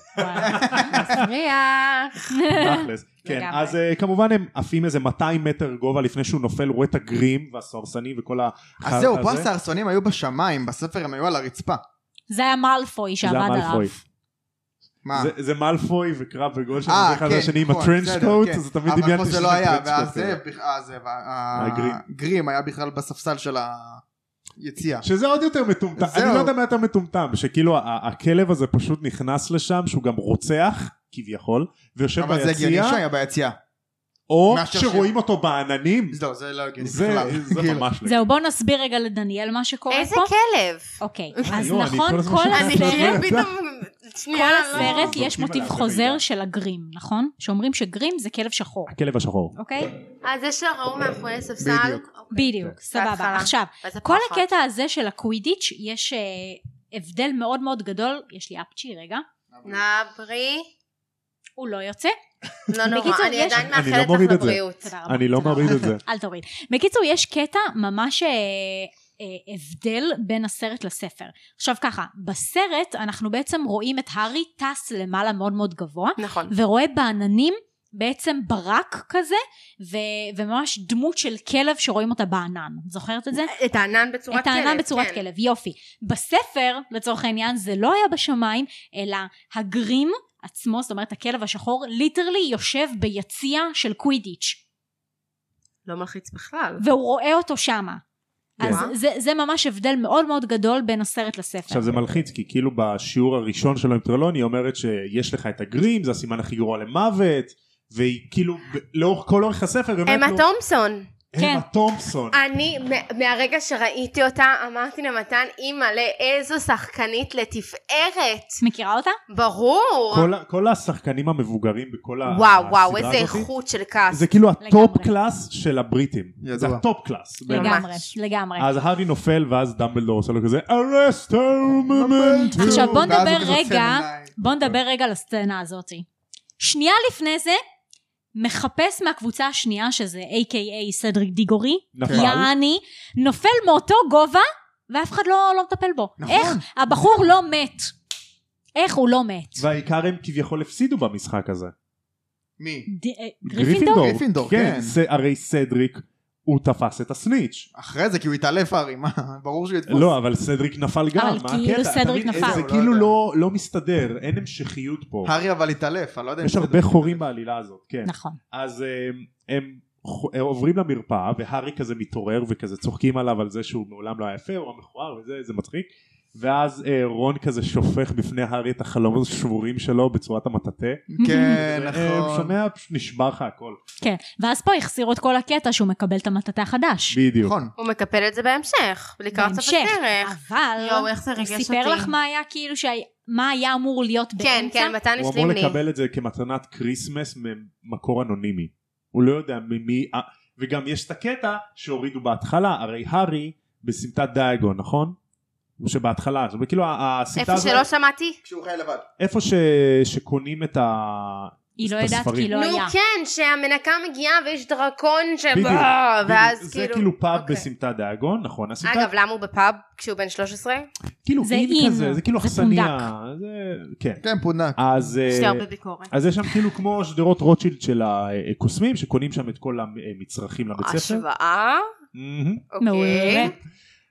מסריח. כן, אז כמובן הם עפים איזה מאתיים מטר גובה לפני שהוא נופל, רואה את הגרים והסוהרסנים וכל החרטה הזה. אז זהו, פה הסוהרסנים היו בשמיים, בספר הם היו על הרצפה. זה היה מאלפוי שעבד עליו. מה? זה מאלפוי וקרב וגול של אחד השני עם הטרנץ' קוט, אז תמיד דמיינתי אבל פה זה לא היה, והגרים היה בכלל בספסל של היציאה. שזה עוד יותר מטומטם, אני לא יודע מה יותר מטומטם, שכאילו הכלב הזה פשוט נכנס לשם, שהוא גם רוצח, כביכול, ויושב ביציאה. אבל זה הגיוני שהיה ביציאה. או שרואים אותו בעננים. לא, זה לא הגיוני. זה ממש לא. זהו, בואו נסביר רגע לדניאל מה שקורה פה. איזה כלב? אוקיי, אז נכון, כל הסרט יש מוטיב חוזר של הגרים, נכון? שאומרים שגרים זה כלב שחור. הכלב השחור. אוקיי? אז יש לה ראו מאחורי ספסל. בדיוק, סבבה. עכשיו, כל הקטע הזה של הקווידיץ' יש הבדל מאוד מאוד גדול. יש לי אפצ'י רגע. נברי. הוא לא יוצא. לא נורא, אני עדיין מאחלת לך לבריאות. אני לא מוריד את זה. אל תוריד. בקיצור, יש קטע ממש הבדל בין הסרט לספר. עכשיו ככה, בסרט אנחנו בעצם רואים את הארי טס למעלה מאוד מאוד גבוה, נכון. ורואה בעננים בעצם ברק כזה, ו- וממש דמות של כלב שרואים אותה בענן. זוכרת את זה? את הענן בצורת כלב. את הענן בצורת כן. כלב, יופי. בספר, לצורך העניין, זה לא היה בשמיים, אלא הגרים עצמו, זאת אומרת הכלב השחור, ליטרלי יושב ביציע של קווידיץ'. לא מלחיץ בכלל. והוא רואה אותו שמה. אז זה, זה ממש הבדל מאוד מאוד גדול בין הסרט לספר. עכשיו זה מלחיץ, כי כאילו בשיעור הראשון שלו עם טרלון, היא אומרת שיש לך את הגרים, זה הסימן הכי גרוע למוות, והיא כאילו, לאורך כל אורך הספר, אמה תומפסון. אמה תומפסון. אני, מהרגע שראיתי אותה, אמרתי למתן, אימא'לה, איזו שחקנית לתפארת. מכירה אותה? ברור. כל, כל השחקנים המבוגרים בכל הסדרה הזאת. וואו, וואו, איזה איכות של קאסט. זה כאילו הטופ קלאס של הבריטים. זה הטופ קלאס. לגמרי, לגמרי. אז הארי נופל, ואז דמבלדור עושה לו כזה, ארסט מומנט. עכשיו בוא נדבר רגע, בוא נדבר רגע על הסצנה הזאת. שנייה לפני זה, מחפש מהקבוצה השנייה שזה איי קיי איי סדריק דיגורי, יעני, נופל מאותו גובה ואף אחד לא, לא מטפל בו. נכון. איך? הבחור לא מת. איך הוא לא מת? והעיקר הם כביכול הפסידו במשחק הזה. מי? ד... גריפינדור? גריפינדור, כן. כן. ס... הרי סדריק הוא תפס את הסניץ'. אחרי זה כי הוא התעלף הארי, מה? ברור שהוא יתפוס. לא, אבל סדריק נפל גם. אבל כאילו סדריק נפל. זה כאילו לא, לא מסתדר, אין המשכיות פה. הארי אבל התעלף, אני לא יודע. יש הרבה חורים בעלילה הזאת, כן. נכון. אז הם, הם, הם עוברים למרפאה, והארי כזה מתעורר וכזה צוחקים עליו על זה שהוא מעולם לא היה יפה, הוא המכוער וזה, זה מצחיק. ואז אה, רון כזה שופך בפני הארי את החלומות השבורים שלו בצורת המטאטה. כן, אה, נכון. שומע, נשבר לך הכל. כן, ואז פה החסירו את כל הקטע שהוא מקבל את המטאטה החדש. בדיוק. נכון. הוא מקפל את זה בהמשך, לקראת סוף בהמשך, הדרך. אבל יואו, איך זה הוא ריגש סיפר אותי. לך מה היה כאילו, שהיה- מה היה אמור להיות כן, באמצע. כן, מתן הוא אמור השלים לי. לקבל את זה כמתנת קריסמס ממקור אנונימי. הוא לא יודע ממי, אה, וגם יש את הקטע שהורידו בהתחלה, הרי הארי בסמטת דייגון, נכון? שבהתחלה, זה כאילו הסמטה איפה שלא שמעתי? כשהוא חי לבד. איפה ש... שקונים את ה... היא לא את יודעת הספרים. כי לא נו היה. כן, שהמנקה מגיעה ויש דרקון שבא, בדיוק, ואז בדיוק. כאילו... זה כאילו פאב אוקיי. בסמטת דייגון, נכון? הסמטה, אגב, למה הוא בפאב כשהוא בן שלוש עשרה? כאילו זה אין אין, כזה, זה כאילו זה אכסניה, זה... כן. כן, פודנק. אז, יש לי אה, הרבה ביקורת. אז יש שם כאילו כמו שדרות רוטשילד של הקוסמים, שקונים שם את כל המצרכים לבית ספר. השוואה? מהמם. מעולה. אוקיי.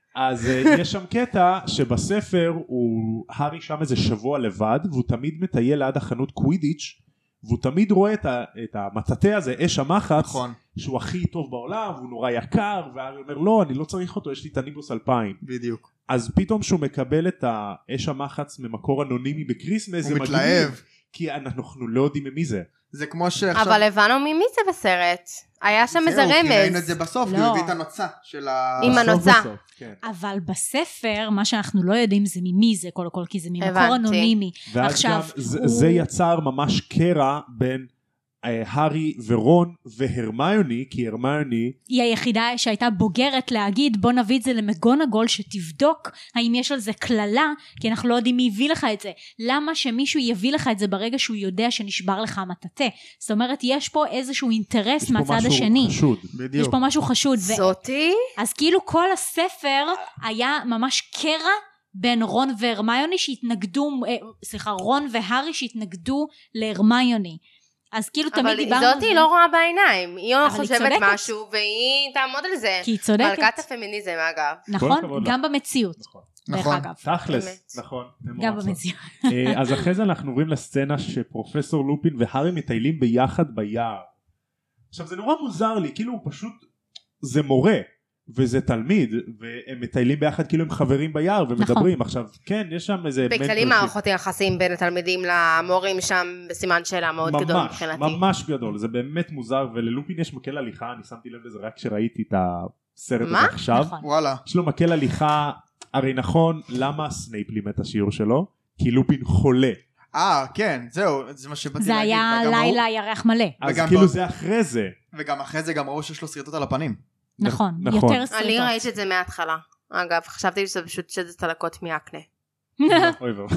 אז אה, יש שם קטע שבספר הוא הארי שם איזה שבוע לבד והוא תמיד מטייל ליד החנות קווידיץ' והוא תמיד רואה את, ה, את המטאטה הזה, אש המחץ, נכון. שהוא הכי טוב בעולם והוא נורא יקר, והארי אומר לא, אני לא צריך אותו, יש לי את הניבוס אלפיים. בדיוק. אז פתאום שהוא מקבל את האש המחץ ממקור אנונימי בקריסמס, זה הוא מגניב, מתלהב. כי אנחנו לא יודעים ממי זה. זה כמו שעכשיו... אבל הבנו ממי זה בסרט. היה שם איזה זהו, כי ראינו את רמז. זה בסוף, כי לא. הוא הביא את הנוצה של ה... עם בסוף הנוצה. בסוף, כן. אבל בספר, מה שאנחנו לא יודעים זה ממי זה, קודם כל, כי זה ממקור הבנתי. אנונימי. ואז עכשיו, גם זה, הוא- זה יצר ממש קרע בין אה, הארי ורון והרמיוני, כי הרמיוני היא היחידה שהייתה בוגרת להגיד בוא נביא את זה למגונגול שתבדוק האם יש על זה כללה, כי אנחנו לא יודעים מי הביא לך את זה. למה שמישהו יביא לך את זה ברגע שהוא יודע שנשבר לך המטאטה? זאת אומרת יש פה איזשהו אינטרס יש פה מהצד משהו השני. חשוד. בדיוק. יש פה משהו חשוד. ו- זאתי? אז כאילו כל הספר היה ממש קרע בין רון והרמיוני שהתנגדו, אה, סליחה, רון והארי שהתנגדו להרמיוני. אז כאילו תמיד אבל דיברנו על זאתי זה. לא רואה בעיניים. היא אבל היא חושבת צודקת. משהו והיא תעמוד על זה. כי היא צודקת. מלכת הפמיניזם אגב. נכון, הכבוד לה. גם במציאות. נכון. דרך נכון. אגב. תכלס, אמת. נכון. אתם גם רוצות. במציאות. אה, אז אחרי זה אנחנו עוברים לסצנה שפרופסור לופין והארי מטיילים ביחד ביער. עכשיו זה נורא מוזר לי, כאילו הוא פשוט, זה מורה וזה תלמיד והם מטיילים ביחד כאילו הם חברים ביער ומדברים. עכשיו כן, יש שם איזה... בכללים מערכות יחסים בין התלמידים למורים שם בסימן שאלה מאוד גדול ממש, מבחינתי. ממש גדול, זה באמת מוזר, וללופין יש מקל הליכה, אני שמתי לב לזה רק כשראיתי את הסרט הזה מה? עכשיו. נכון. וואלה. יש לו מקל הליכה, הרי נכון, למה סנייפ לימד את השיעור שלו? כי לופין חולה. אה, כן, זהו, זה מה שבאתי זה להגיד. היה וגם ראו- לילה ירח מלא. אז וגם כאילו ב- זה אחרי זה. וגם אחרי זה גם ראו שיש לו שריטות על הפנים. נכון, נכון. יותר סרטות. אני ראיתי את זה מההתחלה. אגב, חשבתי שזה פשוט שזה צלקות מאקנה. אוי ואבוי.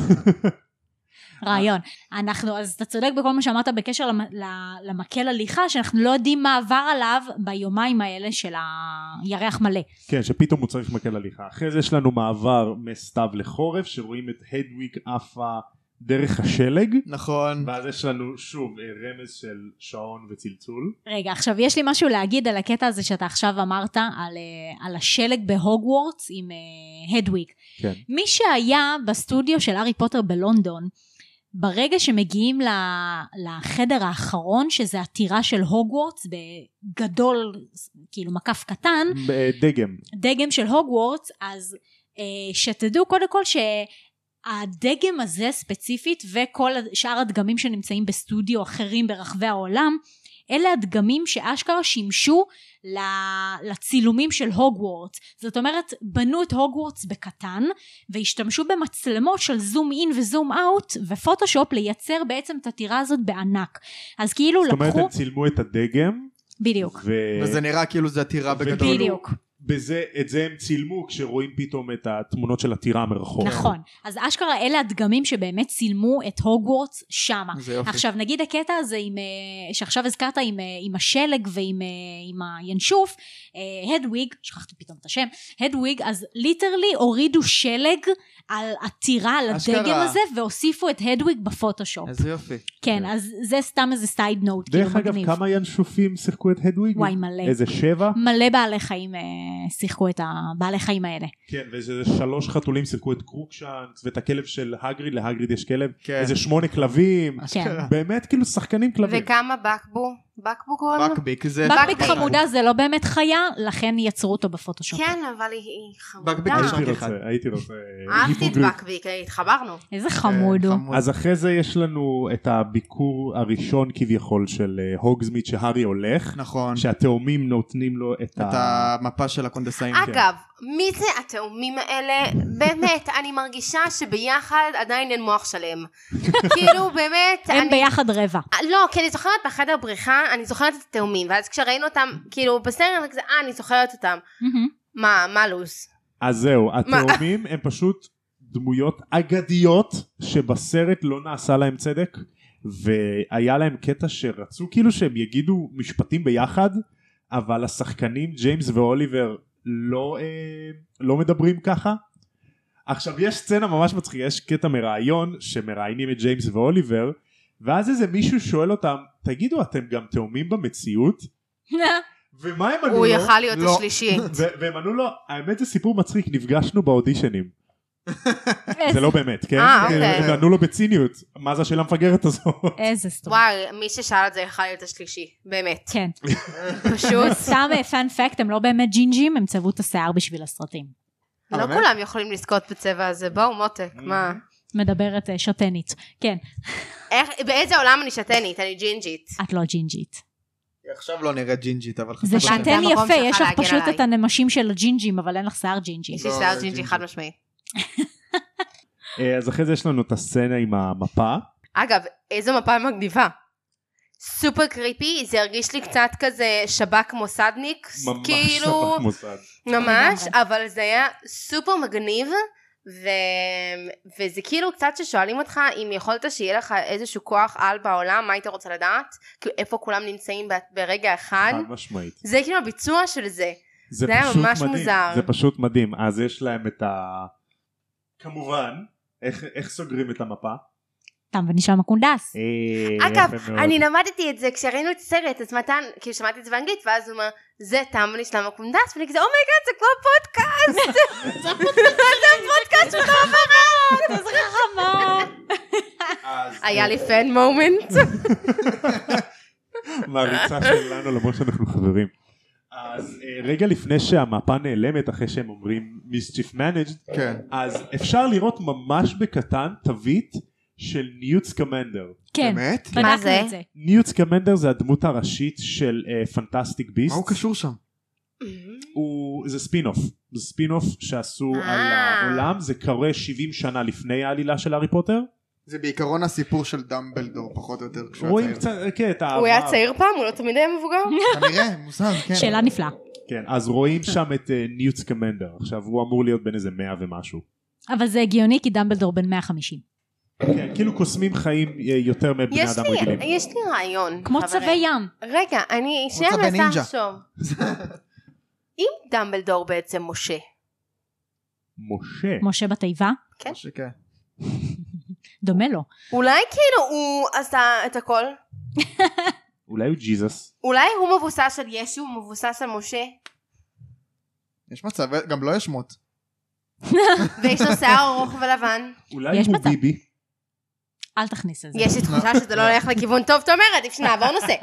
רעיון. אנחנו, אז אתה צודק בכל מה שאמרת בקשר למ- ל- למקל הליכה, שאנחנו לא יודעים מה עבר עליו ביומיים האלה של הירח מלא. כן, שפתאום הוא צריך מקל הליכה. אחרי זה יש לנו מעבר מסתיו לחורף, שרואים את הדוויג עפה דרך השלג, נכון. ואז יש לנו שוב אה, רמז של שעון וצלצול. רגע, עכשיו יש לי משהו להגיד על הקטע הזה שאתה עכשיו אמרת, על, אה, על השלג בהוגוורטס עם אה, הדוויג. כן. מי שהיה בסטודיו של הארי פוטר בלונדון, ברגע שמגיעים ל- לחדר האחרון, שזה הטירה של הוגוורטס, בגדול, כאילו מקף קטן, אה, דגם. דגם של הוגוורטס, אז אה, שתדעו קודם כל שהדגם הזה ספציפית, וכל שאר הדגמים שנמצאים בסטודיו אחרים ברחבי העולם, אלה הדגמים שאשכרה שימשו לצילומים של הוגוורטס. זאת אומרת, בנו את הוגוורטס בקטן, והשתמשו במצלמות של זום אין וזום אאוט, ופוטושופ לייצר בעצם את הטירה הזאת בענק. אז כאילו זאת אומרת לקחו... הם צילמו את הדגם, בדיוק. ו... וזה נראה כאילו זה הטירה וכאילו- בגדול. בדיוק. בזה, את זה הם צילמו כשרואים פתאום את התמונות של הטירה מרחוק. נכון. אז אשכרה אלה הדגמים שבאמת צילמו את הוגוורטס שמה. זה יופי. עכשיו נגיד הקטע הזה עם, אה, שעכשיו הזכרת עם, אה, עם השלג ועם אה, עם הינשוף, אה, הדוויג, שכחתי פתאום את השם, הדוויג, אז ליטרלי הורידו שלג על הטירה, על אשכרה. הדגם הזה, והוסיפו את הדוויג בפוטושופ. איזה יופי. כן, אז זה סתם איזה סייד נוט, כאילו דרך אגב, מגניב. כמה ינשופים שיחקו את הדוויג? וואי, מלא. איזה שבע? מלא בעלי חיים אה, שיחקו את הבעלי חיים האלה. כן, ואיזה שלוש חתולים שיחקו את קרוקשנקס, ואת הכלב של הגריד, להגריד יש כלב, כן. איזה שמונה כלבים, אשכרה. באמת כאילו שחקנים כלבים. וכמה בקבו? בקבוק קוראים לו? בקביק זה... בקביק בקביק. חמודה זה לא באמת חיה, לכן יצרו אותו בפוטושופ. כן, אבל היא- היא חמודה. בקביק יש הייתי רק אחד. רוצה, הייתי רוצה אהבתי את היפוגריף. בקביק, התחברנו. איזה חמוד הוא. חמוד. אז אחרי זה יש לנו את הביקור הראשון כביכול של אה, הוגזמית שהארי הולך, נכון. שהתאומים נותנים לו את את ה... המפה של הקונדסאים. אגב, מי זה התאומים האלה? באמת, אני מרגישה שביחד עדיין אין מוח שלם. כאילו, באמת, הם אני... ביחד רבע. לא, כי אני זוכרת בחדר בריחה, אני זוכרת את התאומים, ואז כשראינו אותם, כאילו, בסרט, אני כזה, אה, אני זוכרת אותם. מהמם. מה, מה לו"ז? אז זהו, התאומים הם פשוט דמויות אגדיות שבסרט לא נעשה להם צדק, והיה להם קטע שרצו כאילו שהם יגידו משפטים ביחד, אבל השחקנים ג'יימס ואוליבר לא, אה, לא מדברים ככה. עכשיו יש סצנה ממש מצחיקה, יש קטע מראיון שמראיינים את ג'יימס ואוליבר, ואז איזה מישהו שואל אותם, תגידו אתם גם תאומים במציאות? ומה הם ענו לו? הוא יכל להיות לא. השלישי. ו- והם ענו לו, האמת זה סיפור מצחיק, נפגשנו באודישנים. זה לא באמת, כן? אה, אוקיי. הם ענו לו בציניות, מה זה השאלה המפגרת הזאת? איזה סטור. וואי, מי ששאל את זה יכל להיות השלישי. באמת. כן. פשוט. סתם פאנ פקט, הם לא באמת ג'ינג'ים, הם צבעו את השיער בשביל הסרטים. לא באמת? כולם יכולים לזכות בצבע הזה. בואו, מותק, מה? מדברת אה, שתנית. כן, איך, באיזה עולם אני שתנית? אני ג'ינג'ית. את לא ג'ינג'ית. עכשיו לא נראית ג'ינג'ית, אבל זה חשבתי שתן. שתן המקום יפה, שלך יש לך להגן פשוט עליי. את הנמשים של הג'ינג'ים, אבל אין לך שיער ג'ינג'י. יש לי לא, שיער זה ג'ינג'י ג'ינג'י. חד משמעי. אה, אז אחרי זה יש לנו את הסצנה עם המפה. אגב, איזו מפה מגניבה. סופר קריפי, זה הרגיש לי קצת כזה שב"כ מוסדניק. ממש כאילו, שב"כ מוסד. ממש, לגמרי. אבל זה היה סופר מגניב. ו... וזה כאילו קצת ששואלים אותך אם יכולת שיהיה לך איזשהו כוח על בעולם, מה היית רוצה לדעת? כאילו איפה כולם נמצאים ב- ברגע אחד? חד משמעית. זה כאילו הביצוע של זה. זה זה היה פשוט ממש מדהים. מוזר. זה פשוט מדהים. אז יש להם את ה... כמובן, איך, איך סוגרים את המפה? תם ונשאר מקונדס. אה, אגב, יפה מאוד. אני למדתי את זה כשראינו את הסרט, אז מתן, כאילו שמעתי את זה באנגלית, ואז הוא אומר, זה תם ונשלם הקונדס, ואני כזה, אומייגאד, זה כמו פודקאסט! זה הפודקאסט שלך חברות! איזה חכמה. אז, היה לי פן מומנט. מעריצה שלנו למרות שאנחנו חברים. אז אה, רגע לפני שהמפה נעלמת אחרי שהם אומרים mischief managed, כן. אז אפשר לראות ממש בקטן תווית של ניוט סקמנדר. כן, באמת? מה בדקנו זה? את זה. ניוט סקמנדר זה הדמות הראשית של פנטסטיק uh, ביסט. מה הוא קשור שם? הוא, זה ספין-אוף. זה ספין-אוף שעשו אה. על העולם, זה קורה שבעים שנה לפני העלילה של הארי פוטר. זה בעיקרון הסיפור של דמבלדור, פחות או יותר. כשהוא היה רואים צעיר. קצת, כן, את העבר. הוא היה צעיר פעם? הוא לא תמיד היה מבוגר? כנראה, מוזר, כן. שאלה נפלאה. כן, אז רואים שם את uh, ניוט סקמנדר. עכשיו הוא אמור להיות בין איזה מאה ומשהו. אבל זה הגיוני כי דמבלדור בן מאה וחמישים. כן, כאילו קוסמים חיים uh, יותר מבני יש אדם לי, רגילים. יש לי רעיון. כמו חברים. צווי ים. רגע, אני שנייה צווי מנסה נינג'ה. לחשוב. אם דמבלדור בעצם משה, משה. משה בתיבה, כן? שכן. דומה לו. אולי כאילו הוא עשה את הכל? אולי הוא ג'יזוס. אולי הוא מבוסס על ישו, הוא מבוסס על משה, יש מצב, גם לא יש שמות. ויש לו שיער ארוך ולבן. אולי יש הוא מצב. ביבי. אל תכניס את זה. יש לי תחושה שזה לא הולך לכיוון טוב, תומר, עדיף שנעבור נושא.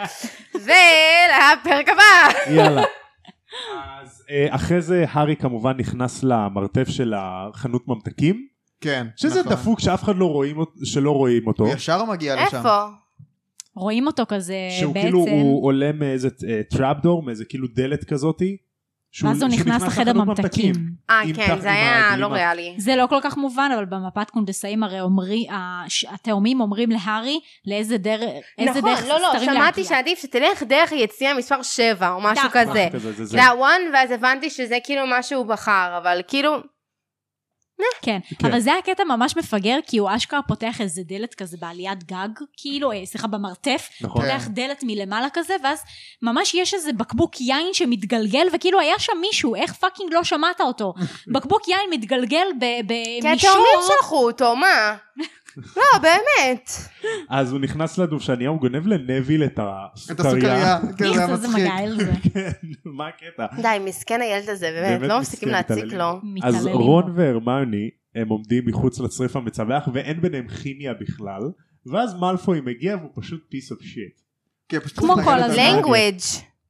ולפרק הבא. יאללה. אז אה, אחרי זה הארי כמובן נכנס למרתף של החנות ממתקים, כן. שזה נכון. דפוק שאף אחד לא רואים, אות- שלא רואים אותו. הוא ישר מגיע לשם. איפה? רואים אותו כזה שהוא בעצם. כאילו הוא עולה מאיזה טראפדור, מאיזה כאילו דלת כזאתי. שהוא- ואז הוא שהוא נכנס לחדר לחנות ממתקים. אה, עם כן, תח- זה עם היה הגלימה. לא ריאלי. זה לא כל כך מובן, אבל במפת קונדסאים הרי אומרי, הש- התאומים אומרים להארי לאיזה דרך, איזה נכון, דרך לא, לא, סתרים שמעתי להגיע. שעדיף שתלך דרך יציאה מספר שבע, או משהו דווקא. כזה. כזה, זה זה. זה הוואן, ואז הבנתי שזה כאילו מה שהוא בחר, אבל כאילו, כן, כן. אבל זה הקטע ממש מפגר, כי הוא אשכרה פותח איזה דלת כזה בעליית גג, כאילו, אה, סליחה, במרתף, נכון. פותח דלת מלמעלה כזה, ואז ממש יש איזה בקבוק יין שמתגלגל, וכאילו היה שם מישהו, איך פאקינג לא שמעת אותו? בקבוק יין מתגלגל ב- כי במישור, התאומים שלחו אותו, מה? לא, באמת. אז הוא נכנס לדובשניה, הוא גונב לנביל את את הסוכריה. כן, איך זה היה זה זה מצחיק. מגעיל זה, כן, מה הקטע? די, מסכן הילד הזה, באמת, באמת לא מפסיקים מסכן, להציק מתעללים. לו. אז מתעללים רון בו. והרמיוני הם עומדים מחוץ לצריף המצווח ואין ביניהם כימיה בכלל, ואז מאלפוי מגיע והוא פשוט piece of shit. כי פשוט כמו צריך כל להגיד את הזמן. language.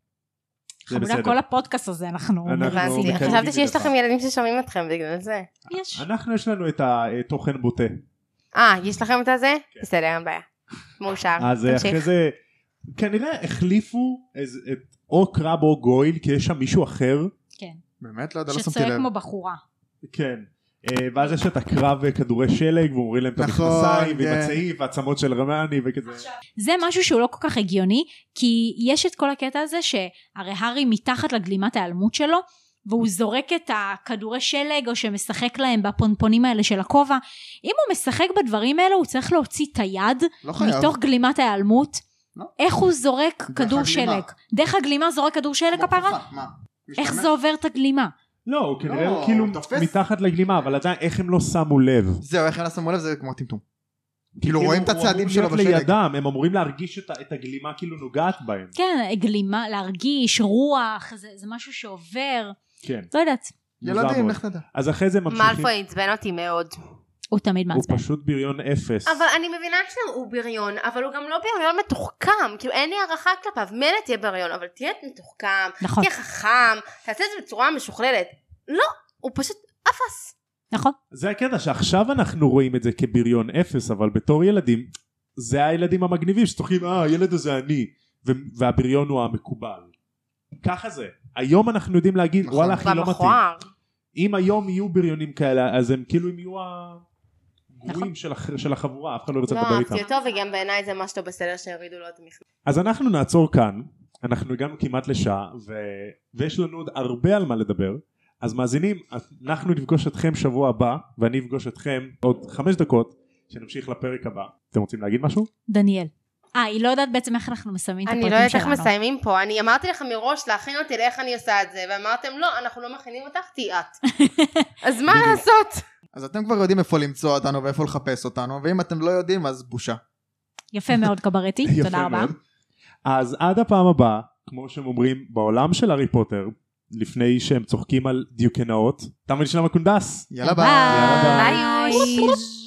זה חמודה, בסדר. כל הפודקאסט הזה אנחנו אנחנו מריצים. הבנתי. מקיימים חשבתי את שיש זה לכם ילדים ששומעים אתכם בגלל זה. יש. אנחנו יש לנו את התוכן בוטה. אה, יש לכם את הזה? בסדר, אין בעיה. מאושר. אז אחרי תמשיך. זה כנראה החליפו איזה- את או קרב או גויל כי יש שם מישהו אחר. כן. באמת לא יודע, לא שמתי שצועק לב. כמו בחורה. כן. אה, ואז יש את הקרב כדורי שלג ואומרים להם את נכון, המכנסיים ועם כן. הצעיף והעצמות של רמני וכזה. זה משהו שהוא לא כל כך הגיוני, כי יש את כל הקטע הזה שהרי הארי מתחת לגלימת ההיעלמות שלו, והוא זורק את הכדורי שלג או שמשחק להם בפונפונים האלה של הכובע. אם הוא משחק בדברים האלה הוא צריך להוציא את היד לא חייב. מתוך גלימת ההיעלמות. לא. איך הוא זורק דרך כדור הגלימה. שלג? דרך הגלימה זורק כדור שלג כמו הפרה? כפפה, מה? איך משתמש? זה עובר את הגלימה? לא, הוא כנראה לא, כאילו הוא תופס. מתחת לגלימה, אבל עדיין איך הם לא שמו לב. זהו, איך הם לא שמו לב, זה כמו טמטום. כאילו רואים את הצעדים שלו הוא אמור בשלג. להיות לידם, הם אמורים להרגיש את ה- את הגלימה כאילו נוגעת בהם. כן, גלימה, להרגיש, רוח, זה, זה משהו שעובר. כן. לא יודעת, מוזר ילדים, מאוד. לך נדע. אז אחרי זה ממשיכים. מאלפוי עצבן אותי מאוד. הוא תמיד הוא מעצבן. פשוט בריון אפס. אבל אני מבינה שהוא בריון, אבל הוא גם לא בריון מתוחכם, כאילו אין לי הערכה כלפיו, מילא תהיה בריון, אבל תהיה מתוחכם, נכון. תהיה חכם, תעשה את זה בצורה משוכללת. לא, הוא פשוט אפס. נכון? זה הקטע שעכשיו אנחנו רואים את זה כבריון אפס, אבל בתור ילדים, זה הילדים המגניבים שצוחקים, אה, הילד הזה אני, ו- והבריון הוא המקובל. ככה זה. היום אנחנו יודעים להגיד, נכון. וואלה, אחי, לא מתאים. במכוער. אם היום יהיו בריונים כאלה, אז הם כאילו הם יהיו נכון. הגרועים של הח- של החבורה, אף אחד לא רוצה לא לדבר איתם. אהבתי אותו, וגם בעיניי זה ממש לא בסדר שיורידו לו את המכנס. אז אנחנו נעצור כאן, אנחנו הגענו כמעט לשעה, ו... ויש לנו עוד הרבה על מה לדבר, אז מאזינים, אנחנו נפגוש אתכם שבוע הבא, ואני אפגוש אתכם עוד חמש דקות, שנמשיך לפרק הבא. אתם רוצים להגיד משהו? דניאל. אה, היא לא יודעת בעצם איך אנחנו מסיימים את אני הפרקים לא שלנו. יודעת איך מסיימים פה, אני אמרתי לכם מראש להכין אותי לאיך אני עושה את זה, ואמרתם לא, אנחנו לא מכינים אותך, תהי את. אז מה לעשות? אז אתם כבר יודעים איפה למצוא אותנו ואיפה לחפש אותנו, ואם אתם לא יודעים אז בושה. יפה מאוד קברטי, יפה תודה רבה. מאוד. אז עד הפעם הבאה, כמו שהם אומרים, בעולם של הארי פוטר, לפני שהם צוחקים על דיוקנאות, תם ונשלם הקונדס. יאללה ביי. ביי. יאללה, ביי. ביי. ביי.